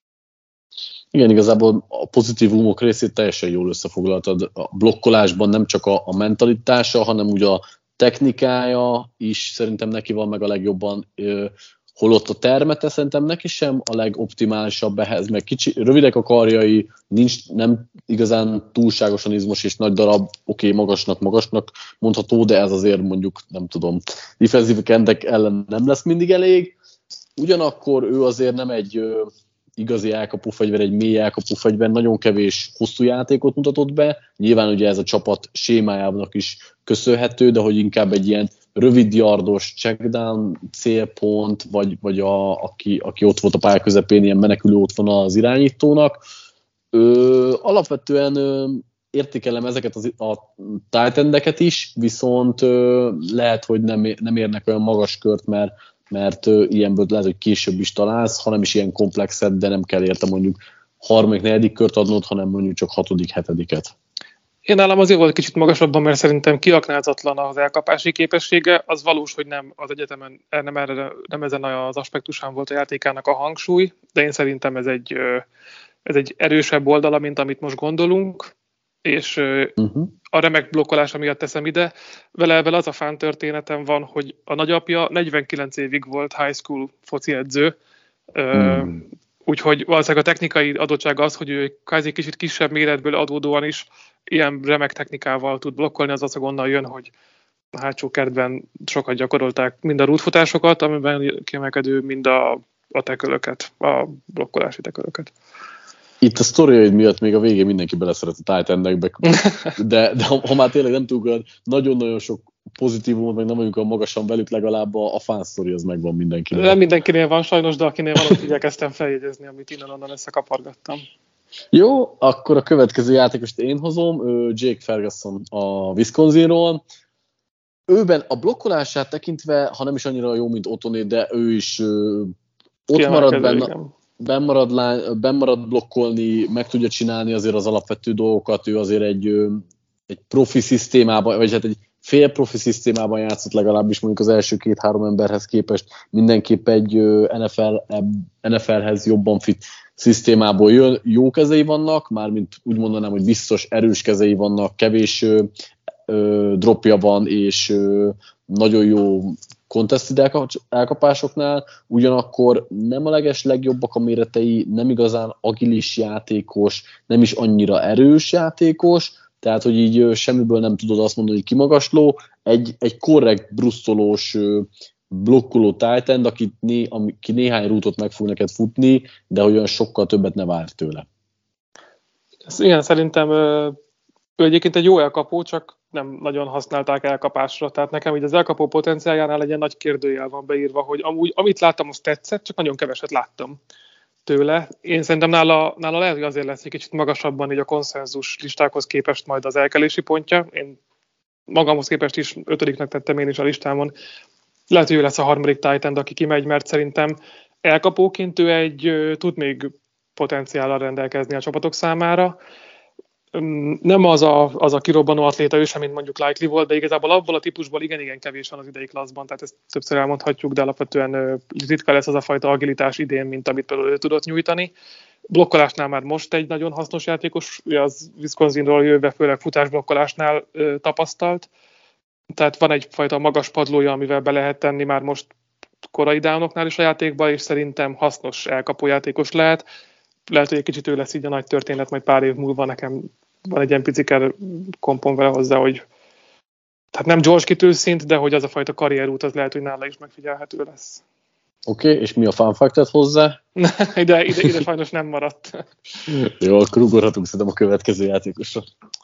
Igen, igazából a pozitívumok részét teljesen jól összefoglaltad. A blokkolásban nem csak a mentalitása, hanem ugye a technikája is szerintem neki van meg a legjobban, holott a termete szerintem neki sem a legoptimálisabb ehhez, meg rövidek a karjai, nem igazán túlságosan izmos és nagy darab, magasnak mondható, de ez azért mondjuk, nem tudom, defensive endek ellen nem lesz mindig elég. Ugyanakkor ő azért nem egy igazi elkapófegyver, egy mély elkapófegyver, nagyon kevés hosszú játékot mutatott be. Nyilván ugye ez a csapat sémájának is köszönhető, de hogy inkább egy ilyen rövid yardos checkdown célpont, vagy aki ott volt a pálya közepén, ilyen menekülő ott van az irányítónak. Alapvetően értékelem ezeket a tight endeket is, viszont lehet, hogy nem érnek olyan magas kört, mert ilyenből lehet, hogy később is találsz, hanem is ilyen komplexet, de nem kell érte mondjuk harmadik, negyedik kört adnod, hanem mondjuk csak hatodik, hetediket. Én nálam azért volt kicsit magasabban, mert szerintem kiaknázatlan az elkapási képessége. Az valós, hogy nem az egyetemen nem ezen az aspektusán volt a játékának a hangsúly, de én szerintem ez egy erősebb oldala, mint amit most gondolunk, és a remek blokkolása miatt teszem ide. Vele az a fán történetem van, hogy a nagyapja 49 évig volt high school foci edző, úgyhogy valószínűleg a technikai adottság az, hogy ő kvázi kicsit kisebb méretből adódóan is ilyen remek technikával tud blokkolni, az onnan jön, hogy a hátsó kertben sokat gyakorolták mind a rútfutásokat, amiben kiemelkedő, mind a tekölöket, a blokkolási tekölöket. Itt a sztoriaid miatt még a végén mindenki beleszeret a tight endekbe, de ha már tényleg nem tudunk nagyon-nagyon sok pozitívumot, meg nem vagyunk a magasan velük, legalább a fan sztori az megvan mindenkinél. Nem mindenkinél van sajnos, de akinél van, ott igyekeztem feljegyezni, amit innen-onnan összekapargattam. Jó, akkor a következő játékost én hozom, Jake Ferguson a Wisconsinról. őben a blokkolását tekintve, ha nem is annyira jó, mint Otoné, de ő is ott marad benne, marad blokkolni, meg tudja csinálni azért az alapvető dolgokat, ő azért egy profi szisztémában, vagy hát egy fél profi szisztémában játszott legalábbis mondjuk az első 2-3 emberhez képest, mindenképp egy NFL-hez jobban fit szisztémából jön, jó kezei vannak, mármint úgy mondanám, hogy biztos erős kezei vannak, kevés dropja van, és nagyon jó contested elkapásoknál, ugyanakkor nem a legjobbak a méretei, nem igazán agilis játékos, nem is annyira erős játékos, tehát, hogy így semmiből nem tudod azt mondani, hogy kimagasló, egy korrekt, brusztolós, blokkoló tight end, aki néhány rútot meg fog neked futni, de hogy olyan sokkal többet ne várj tőle. Igen, szerintem ő egyébként egy jó elkapó, csak nem nagyon használták elkapásra. Tehát nekem így az elkapó potenciáljánál egy ilyen nagy kérdőjel van beírva, hogy amúgy, amit láttam, az tetszett, csak nagyon keveset láttam tőle. Én szerintem nála lehet, hogy azért lesz egy kicsit magasabban így a konszenzus listákhoz képest majd az elkelési pontja. Én magamhoz képest is 5-nek tettem én is a listámon. Lehet, hogy ő lesz a harmadik tight end, aki kimegy, mert szerintem elkapóként ő tud még potenciállal rendelkezni a csapatok számára. Nem az a kirobbanó atléta ő sem, mint mondjuk Likely volt, de igazából abból a típusból igen kevés van az idei klasszban, tehát ezt többször elmondhatjuk, de alapvetően ritka lesz az a fajta agilitás idén, mint amit például ő tudott nyújtani. Blokkolásnál már most egy nagyon hasznos játékos, az Wisconsinról jövő, főleg futásblokkolásnál tapasztalt, tehát van egyfajta magas padlója, amivel be lehet tenni már most korai downoknál is a játékba, és szerintem hasznos elkapójátékos lehet. Lehet, hogy egy kicsit ő lesz így a nagy történet, majd pár év múlva nekem van egy ilyen piciker kompon vele hozzá, hogy tehát nem George Kittle szint, de hogy az a fajta karrierút, az lehet, hogy nála is megfigyelhető lesz. Oké, és mi a fun fact-et hozzá? ide sajnos nem maradt. Jó, akkor ugorhatunk szerintem a következő játékosra.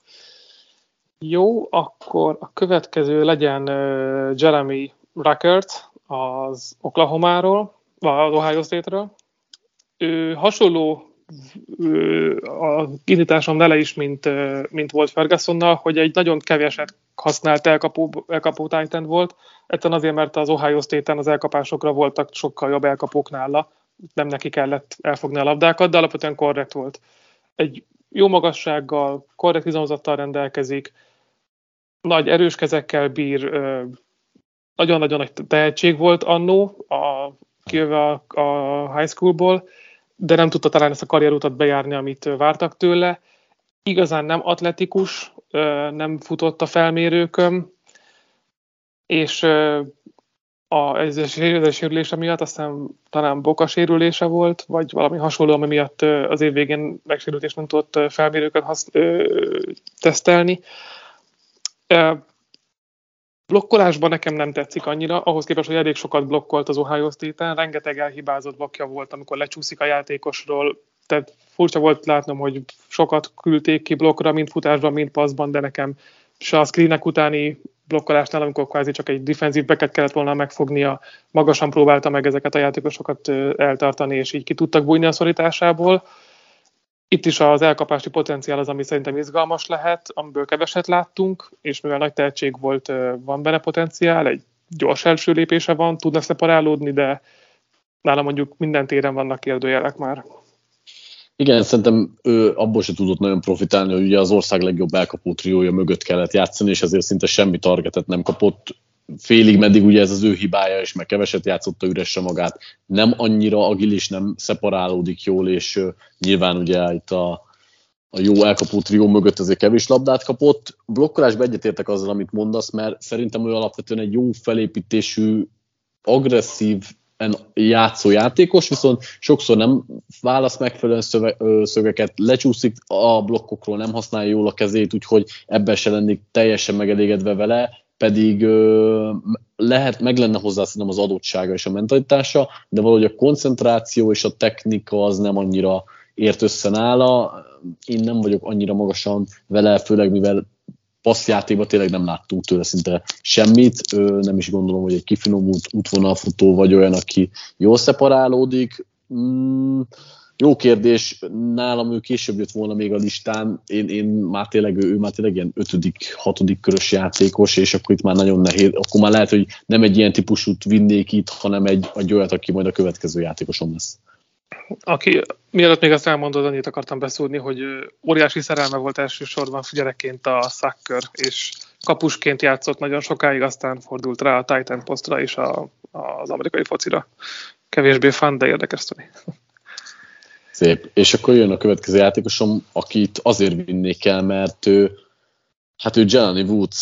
Jó, akkor a következő legyen Jeremy Ruckert az Oklahomáról, az Ohio State-ről. Hasonló a indításom vele is, mint volt Fergusonnal, hogy egy nagyon keveset használt elkapó tight end volt. Egyszerűen azért, mert az Ohio State-en az elkapásokra voltak sokkal jobb elkapók nála, nem neki kellett elfogni a labdákat, de alapvetően korrekt volt. Egy jó magassággal, korrekt izomzattal rendelkezik, nagy erős kezekkel bír, nagyon-nagyon nagy tehetség volt annó, kijövve a high schoolból, de nem tudta talán ezt a karrierutat bejárni, amit vártak tőle. Igazán nem atletikus, nem futott a felmérőkön, és ez a sérülése miatt, aztán talán boka sérülése volt, vagy valami hasonló, ami miatt az év végén megsérült, és nem tudott felmérőket tesztelni. Blokkolásban nekem nem tetszik annyira, ahhoz képest, hogy elég sokat blokkolt az Ohio State-en, rengeteg elhibázott blokja volt, amikor lecsúszik a játékosról, tehát furcsa volt látnom, hogy sokat küldték ki blokkra, mind futásban, mind passzban, de nekem se a screenek utáni blokkolásnál, amikor kvázi csak egy defensív backet kellett volna megfognia, magasan próbálta meg ezeket a játékosokat eltartani, és így ki tudtak bújni a szorításából. Itt is az elkapási potenciál az, ami szerintem izgalmas lehet, amiből keveset láttunk, és mivel nagy tehetség volt, van benne potenciál, egy gyors első lépése van, tudna szeparálódni, de nálam mondjuk minden téren vannak kérdőjelek már. Igen, szerintem ő abból se tudott nagyon profitálni, hogy ugye az ország legjobb elkapó triója mögött kellett játszani, és ezért szinte semmi targetet nem kapott. Félig meddig ugye ez az ő hibája, és meg keveset játszotta üresre magát. Nem annyira agilis, nem szeparálódik jól, és nyilván ugye itt a jó elkapó trió mögött azért kevés labdát kapott. Blokkolásban egyetértek azzal, amit mondasz, mert szerintem ő alapvetően egy jó felépítésű, agresszív játszó játékos, viszont sokszor nem válasz megfelelően szögeket, lecsúszik a blokkokról, nem használja jól a kezét, úgyhogy ebben se lennék teljesen megelégedve vele, pedig meg lenne hozzá szerintem az adottsága és a mentalitása, de valahogy a koncentráció és a technika az nem annyira ért össze nála. Én nem vagyok annyira magasan vele, főleg mivel passzjátékban tényleg nem láttunk tőle szinte semmit. Nem is gondolom, hogy egy kifinomult útvonalfutó vagy olyan, aki jól szeparálódik. Jó kérdés, nálam ő később jött volna még a listán, ő már tényleg ilyen 5.-6. körös játékos, és akkor itt már nagyon nehéz, akkor már lehet, hogy nem egy ilyen típusút vinnék itt, hanem egy olyat, aki majd a következő játékosom lesz. Mielőtt még azt elmondod, annyit akartam beszúrni, hogy óriási szerelme volt elsősorban gyerekként a soccer, és kapusként játszott nagyon sokáig, aztán fordult rá a Titan posztra és az amerikai focira. Kevésbé fun, de érdekes sztori. Szép. És akkor jön a következő játékosom, akit azért vinnék el, mert ő Jelani Woods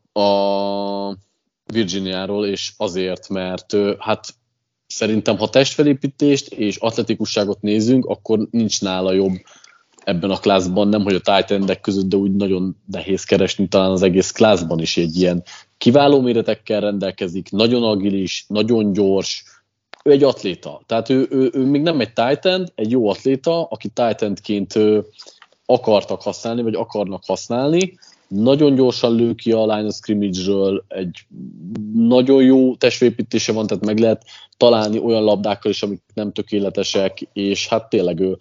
a Virginiáról, és azért, mert szerintem, ha testfelépítést és atletikusságot nézünk, akkor nincs nála jobb ebben a klászban, nem hogy a tight endek között, de úgy nagyon nehéz keresni, talán az egész klászban is egy ilyen kiváló méretekkel rendelkezik, nagyon agilis, nagyon gyors, ő egy atléta. Tehát ő még nem egy tight end, egy jó atléta, aki tight endként akartak használni, vagy akarnak használni. Nagyon gyorsan lő ki a line of scrimmage-ről, egy nagyon jó testépítése van, tehát meg lehet találni olyan labdákkal is, amik nem tökéletesek, és hát tényleg ő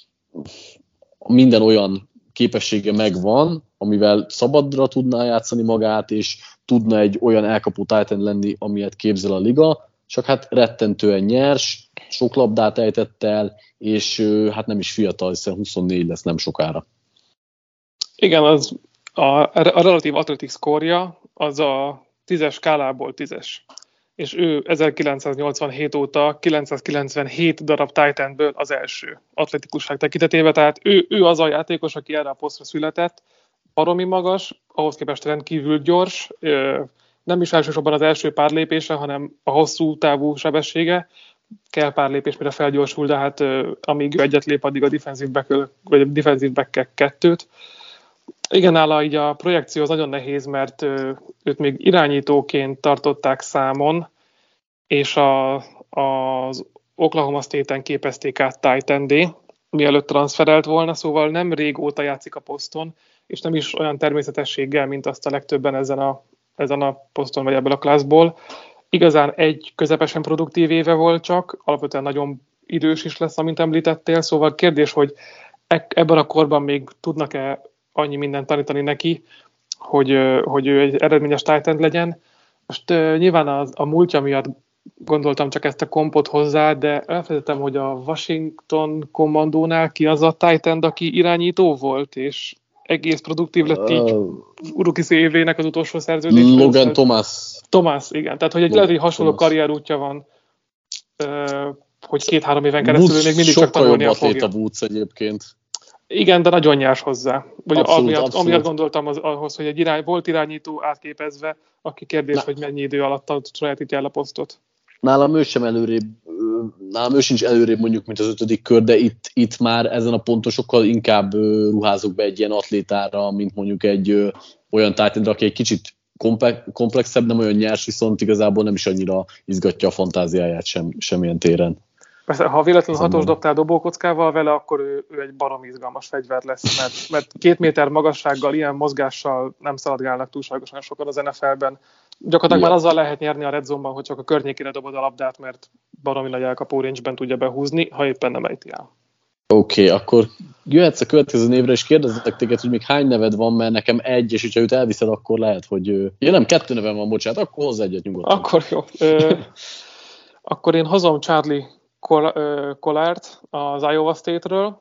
minden olyan képessége megvan, amivel szabadra tudná játszani magát, és tudna egy olyan elkapó tight end lenni, amilyet képzel a liga, csak hát rettentően nyers, sok labdát ejtett el, és hát nem is fiatal, hiszen 24 lesz nem sokára. Igen, az a relatív athletic score-ja az a 10-es skálából 10-es. És ő 1987 óta 997 darab tight endből az első atletikusság tekintetében, tehát ő az a játékos, aki erre a posztra született, baromi magas, ahhoz képest rendkívül gyors, nem is elsősorban az első pár lépése, hanem a hosszú távú sebessége. Kell pár lépés, mire felgyorsul, de hát amíg ő egyet lép, addig a defensive back-ek kettőt. Igen, nála így a projekció az nagyon nehéz, mert őt még irányítóként tartották számon, és az Oklahoma State-en képezték át tight endé, mielőtt transferelt volna, szóval nem régóta játszik a poszton, és nem is olyan természetességgel, mint azt a legtöbben ezen a poszton, vagy ebből a klászból. Igazán egy közepesen produktív éve volt csak, alapvetően nagyon idős is lesz, amint említettél, szóval kérdés, hogy ebben a korban még tudnak-e annyi mindent tanítani neki, hogy ő egy eredményes tight end legyen. Most nyilván a múltja miatt gondoltam csak ezt a kompot hozzá, de elfelejtettem, hogy a Washington Commandónál ki az a tight end, aki irányító volt, és egész produktív lett így rookie évének az utolsó szerződés. Logan Thomas. Thomas, igen. Tehát, hogy lehet, hogy hasonló karrierútja van, hogy 2-3 éven keresztül még mindig csak tanulnia fogja. Sokkal jobb atléta Woods egyébként. Igen, de nagyon nyers hozzá. Vagy abszolút. Amiatt gondoltam ahhoz, hogy volt irányító átképezve, aki kérdés, hogy mennyi idő alatt sajátítja el a posztot. Nálam ő sincs előrébb mondjuk, mint az 5. kör, de itt már ezen a ponton sokkal inkább ruházok be egy ilyen atlétára, mint mondjuk egy olyan tight end, aki egy kicsit komplexebb, nem olyan nyers, viszont igazából nem is annyira izgatja a fantáziáját semmilyen téren. Persze, ha véletlenül hatos dobtál dobókockával vele, akkor ő egy baromi izgalmas fegyver lesz, mert 2 méter magassággal, ilyen mozgással nem szaladgálnak túlságosan sokan az NFL-ben. Gyakorlatilag már azzal lehet nyerni a red zone-ban, hogy csak a környékére dobod a labdát, mert baromi nagy elkapó range-ben tudja behúzni, ha éppen nem ejti el. Oké, akkor jöhetsz a következő névre, és kérdezzek téged, hogy még hány neved van, mert nekem egy, és hogyha őt elviszed, akkor lehet, hogy... nem, 2 nevem van, bocsánat, akkor hozz egyet nyugodtan. Akkor jó. Akkor én hozom Charlie Collardt az Iowa State-ről.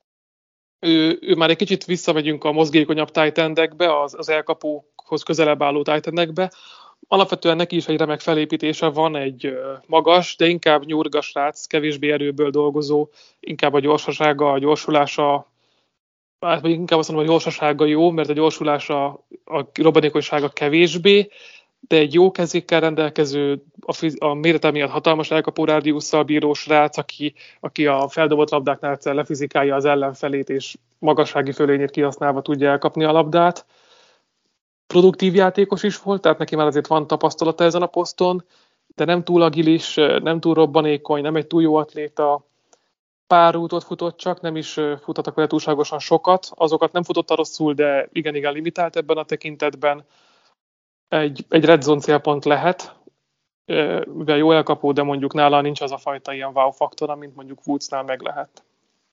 Ő már egy kicsit visszamegyünk a mozgékonyabb tight endekbe, az elkapókhoz közelebb álló tight endekbe. Alapvetően neki is egy remek felépítése van, egy magas, de inkább nyurgas srác, kevésbé erőből dolgozó, inkább a gyorsasága, a gyorsulása, hát inkább azt mondom, hogy a gyorsasága jó, mert a gyorsulása, a robbanékonysága kevésbé, de egy jó kezékkel rendelkező, a mérete miatt hatalmas elkapó rádiusszal bíró srác, aki a feldobott labdáknál egyszer lefizikálja az ellenfelét, és magassági fölényét kihasználva tudja elkapni a labdát. Produktív játékos is volt, tehát neki már azért van tapasztalata ezen a poszton, de nem túl agilis, nem túl robbanékony, nem egy túl jó atléta. Pár útot futott csak, nem is futottak vele túlságosan sokat. Azokat nem futotta rosszul, de igen limitált ebben a tekintetben. Egy red zone célpont lehet, mivel jó elkapó, de mondjuk nála nincs az a fajta ilyen wow faktora, mint mondjuk Woodsnál meg lehet.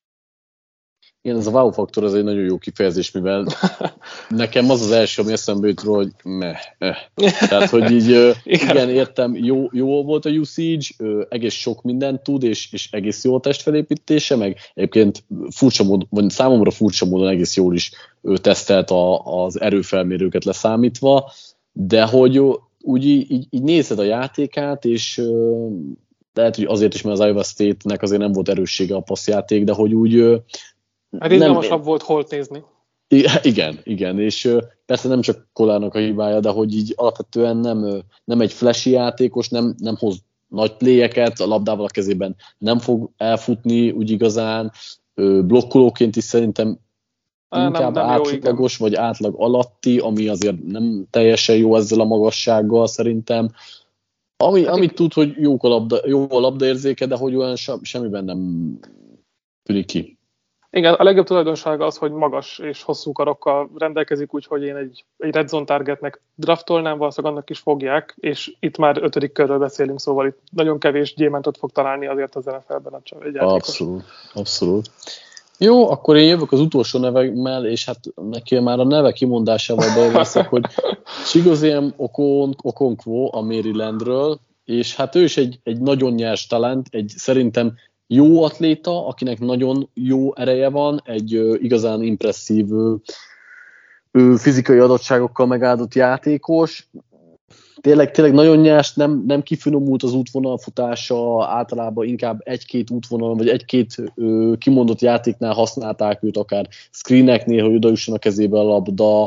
Igen, ez a wow faktor az egy nagyon jó kifejezés, mivel nekem az első, ami eszembe jut róla, hogy Tehát, hogy így igen, értem, jó volt a usage, egész sok mindent tud, és egész jó a testfelépítése, meg egyébként furcsa módon, vagy számomra furcsa módon egész jól is tesztelt az erőfelmérőket leszámítva, de hogy úgy így nézed a játékát, és lehet, hogy azért is, mert az Iowa State-nek azért nem volt erőssége a passzjáték, de hogy úgy... Hát izgalmasabb volt holt nézni. Igen, és persze nem csak Kolárnak a hibája, de hogy így alapvetően nem egy flashy játékos, nem hoz nagy playeket, a labdával a kezében nem fog elfutni úgy igazán, blokkolóként is szerintem inkább nem átlagos, vagy átlag alatti, ami azért nem teljesen jó ezzel a magassággal szerintem. Amit tud, hogy jó a labdaérzéke, de hogy olyan semmiben nem tűnik ki. Igen, a legjobb tulajdonsága az, hogy magas és hosszú karokkal rendelkezik, úgyhogy én egy red zone targetnek draftolnám, valószínűleg annak is fogják, és itt már 5. körről beszélünk, szóval itt nagyon kevés gyémántot fog találni azért az NFL-ben a játékos. Abszolút. Jó, akkor én jövök az utolsó nevemmel, és hát neki már a neve kimondásával baj leszek, hogy Chigoziem Okonkwo a Marylandről, és hát ő is egy nagyon nyers talent, egy szerintem jó atléta, akinek nagyon jó ereje van, egy igazán impresszív fizikai adottságokkal megáldott játékos. Tényleg nagyon nyers, nem kifinomult az útvonalfutása, általában inkább egy-két útvonalon, vagy egy-két kimondott játéknál használták őt, akár screeneknél, hogy odajusson a kezébe a labda.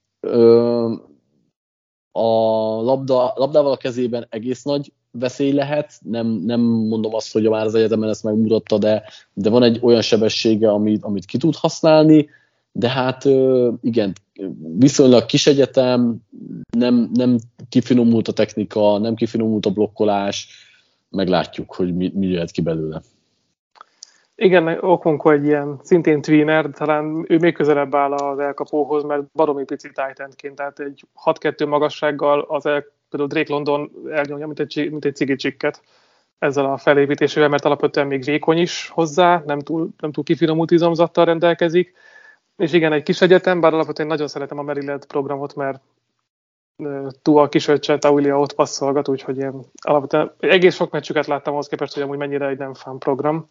A labdával a kezében egész nagy veszély lehet, nem mondom azt, hogy már az egyetemen ezt megmutatta, de van egy olyan sebessége, amit ki tud használni, de hát igen, viszonylag kis egyetem, nem kifinomult a technika, nem kifinomult a blokkolás, meglátjuk, hogy mi jöhet ki belőle. Igen, Okonkwo egy ilyen szintén tweener, talán ő még közelebb áll az elkapóhoz, mert baromi pici tight endként, tehát egy 6-2 magassággal például Drake London elnyomja, mint egy cigicsikket ezzel a felépítésével, mert alapvetően még vékony is hozzá, nem túl kifinomult izomzattal rendelkezik. És igen, egy kis egyetem, bár alapvetően nagyon szeretem a Maryland programot, mert Tua kisöccse Taulia ott passzolgat, úgyhogy én alapvetően egész sok meccsüket láttam ahhoz képest, hogy amúgy mennyire egy nem fán program.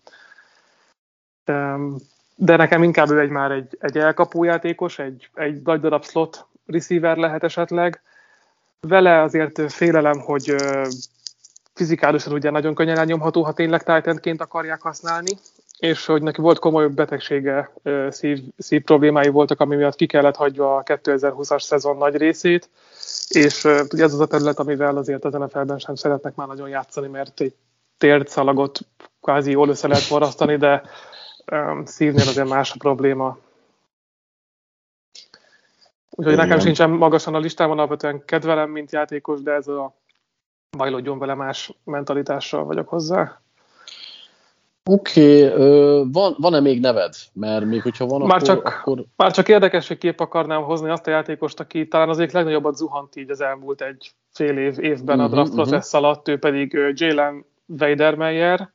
De nekem inkább ő már egy elkapójátékos, egy nagy darab slot receiver lehet esetleg. Vele azért félelem, hogy fizikálisan ugye nagyon könnyen elnyomható, ha tényleg tight endként akarják használni, és hogy neki volt komoly betegsége, szív problémái voltak, ami miatt ki kellett hagyva a 2020-as szezon nagy részét, és ugye ez az a terület, amivel azért az NFL-ben sem szeretnek már nagyon játszani, mert egy térszalagot kvázi jól össze lehet forrasztani, de szívnél azért más a probléma. Úgyhogy nekem sincsen magasan a listámon, alapvetően kedvelem, mint játékos, de ez a bajlódjon vele, más mentalitással vagyok hozzá. Oké, van-e még neved? Mert még hogyha van, akkor... Már csak érdekességképp akarnám hozni azt a játékost, aki talán az egyik legnagyobbat zuhant így az elmúlt egy fél évben a draft processz alatt, ő pedig Jalen Weidermeyer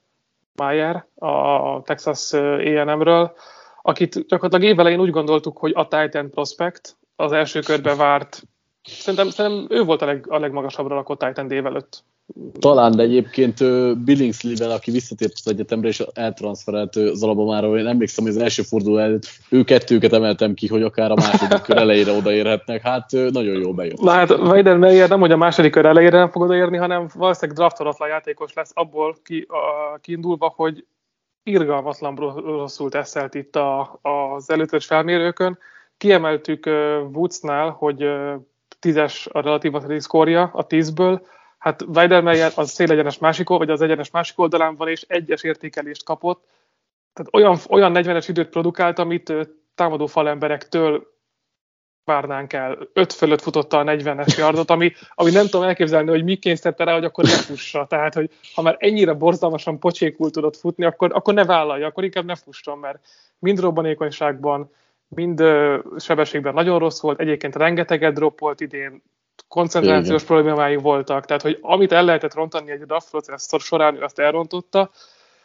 a Texas A&M-ről, akit gyakorlatilag évelején úgy gondoltuk, hogy a Titan prospect, az első körben várt. Szerintem ő volt a legmagasabbra lakott Titan év előtt. Talán, de egyébként Billingsley-vel, aki visszatért az egyetemre és eltranszferált az Alabamára, én emlékszem, hogy az első forduló előtt kettőket emeltem ki, hogy akár a második kör elejére odaérhetnek. Hát nagyon jól bejött. Na hát Weidermeyer nem, hogy a második kör elejére nem fog odaérni, hanem valószínűleg draftolatlan játékos lesz abból kiindulva, hogy irgalmatlan rosszul teszelt itt az előzetes felmérőkön. Kiemeltük Woodsnál, hogy 10-es a relatív szkórja a 10-ből, hát Weidermeyer az szélegyenes másik vagy az egyenes másik oldalán van, és 1-es értékelést kapott. Tehát olyan 40-es időt produkált, amit támadó falemberektől várnánk el. 5 fölött futotta a 40-es yardot, ami nem tudom elképzelni, hogy mi kényszerítette rá, hogy akkor ne fussa. Tehát, hogy ha már ennyire borzalmasan pocsékul tudott futni, akkor ne vállalja, akkor inkább ne fusson, mert mind robbanékonyságban, mind sebességben nagyon rossz volt. Egyébként rengeteget droppolt idén, koncentrációs problémái voltak, tehát hogy amit el lehetett rontani egy draft process során, ő azt elrontotta.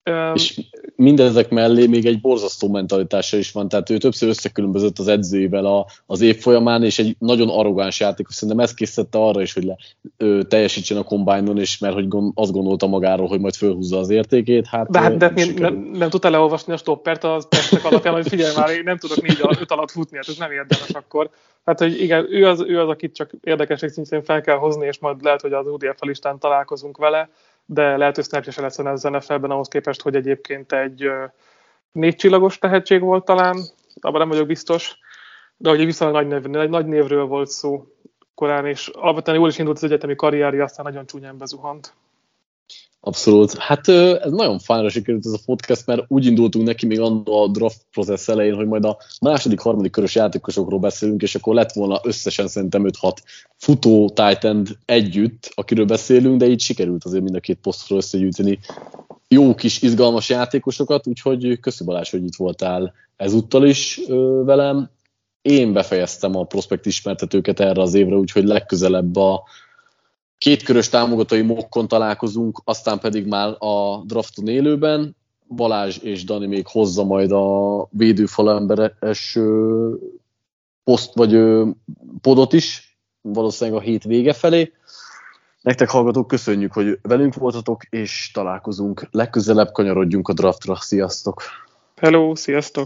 És mindezek mellé még egy borzasztó mentalitása is van, tehát ő többször összekülönbözött az edzőivel az év folyamán, és egy nagyon arrogáns játékos, szerintem ezt készítette arra is, hogy teljesítsen a combine-on, és mert hogy azt gondolta magáról, hogy majd fölhúzza az értékét. De nem tudtál leolvasni a stoppert az percek alapján, hogy figyelj már, én nem tudok 4-5 alatt futni, hát ez nem érdemes akkor. Hát, hogy igen, ő az, akit csak érdekesség szintén fel kell hozni, és majd lehet, hogy az UDFL listán találkozunk vele, de lehet, hogy snapchat se lesz ez a NFL-ben ahhoz képest, hogy egyébként egy 4 csillagos tehetség volt talán, abban nem vagyok biztos, de hogy viszonylag nagy névről volt szó korán, és alapvetően jól is indult az egyetemi karrierje, aztán nagyon csúnyán bezuhant. Abszolút. Hát ez nagyon fájra sikerült ez a podcast, mert úgy indultunk neki még a draft process elején, hogy majd a második, harmadik körös játékosokról beszélünk, és akkor lett volna összesen szerintem 5-6 futó tight end együtt, akiről beszélünk, de így sikerült azért mind a két posztról összegyűjteni jó kis izgalmas játékosokat, úgyhogy köszi Balázs, hogy itt voltál ezúttal is velem. Én befejeztem a prospekt ismertetőket erre az évre, úgyhogy legközelebb a kétkörös támogatói mokkon találkozunk, aztán pedig már a drafton élőben. Balázs és Dani még hozza majd a védőfalemberes poszt vagy podot is, valószínűleg a hét vége felé. Nektek hallgatók, köszönjük, hogy velünk voltatok, és találkozunk legközelebb, kanyarodjunk a draftra. Sziasztok! Hello, sziasztok!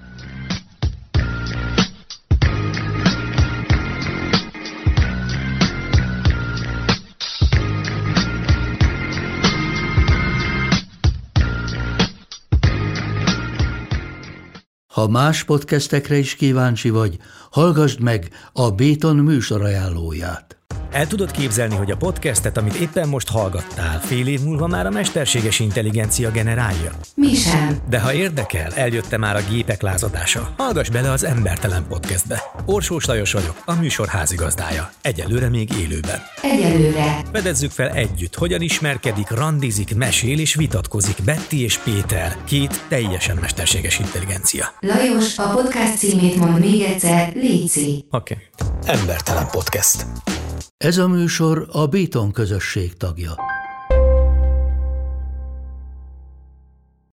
Ha más podcastekre is kíváncsi vagy, hallgassd meg a Béton műsor ajánlóját. El tudod képzelni, hogy a podcastet, amit éppen most hallgattál, fél év múlva már a mesterséges intelligencia generálja? Mi sem. De ha érdekel, eljött már a gépek lázadása. Hallgass bele az Embertelen Podcastbe. Orsós Lajos vagyok, a műsor házigazdája. Egyelőre még élőben. Egyelőre. Fedezzük fel együtt, hogyan ismerkedik, randizik, mesél és vitatkozik Betty és Péter, két teljesen mesterséges intelligencia. Lajos, a podcast címét mond még egyszer, léci. Oké. Embertelen Podcast. Ez a műsor a Béton közösség tagja.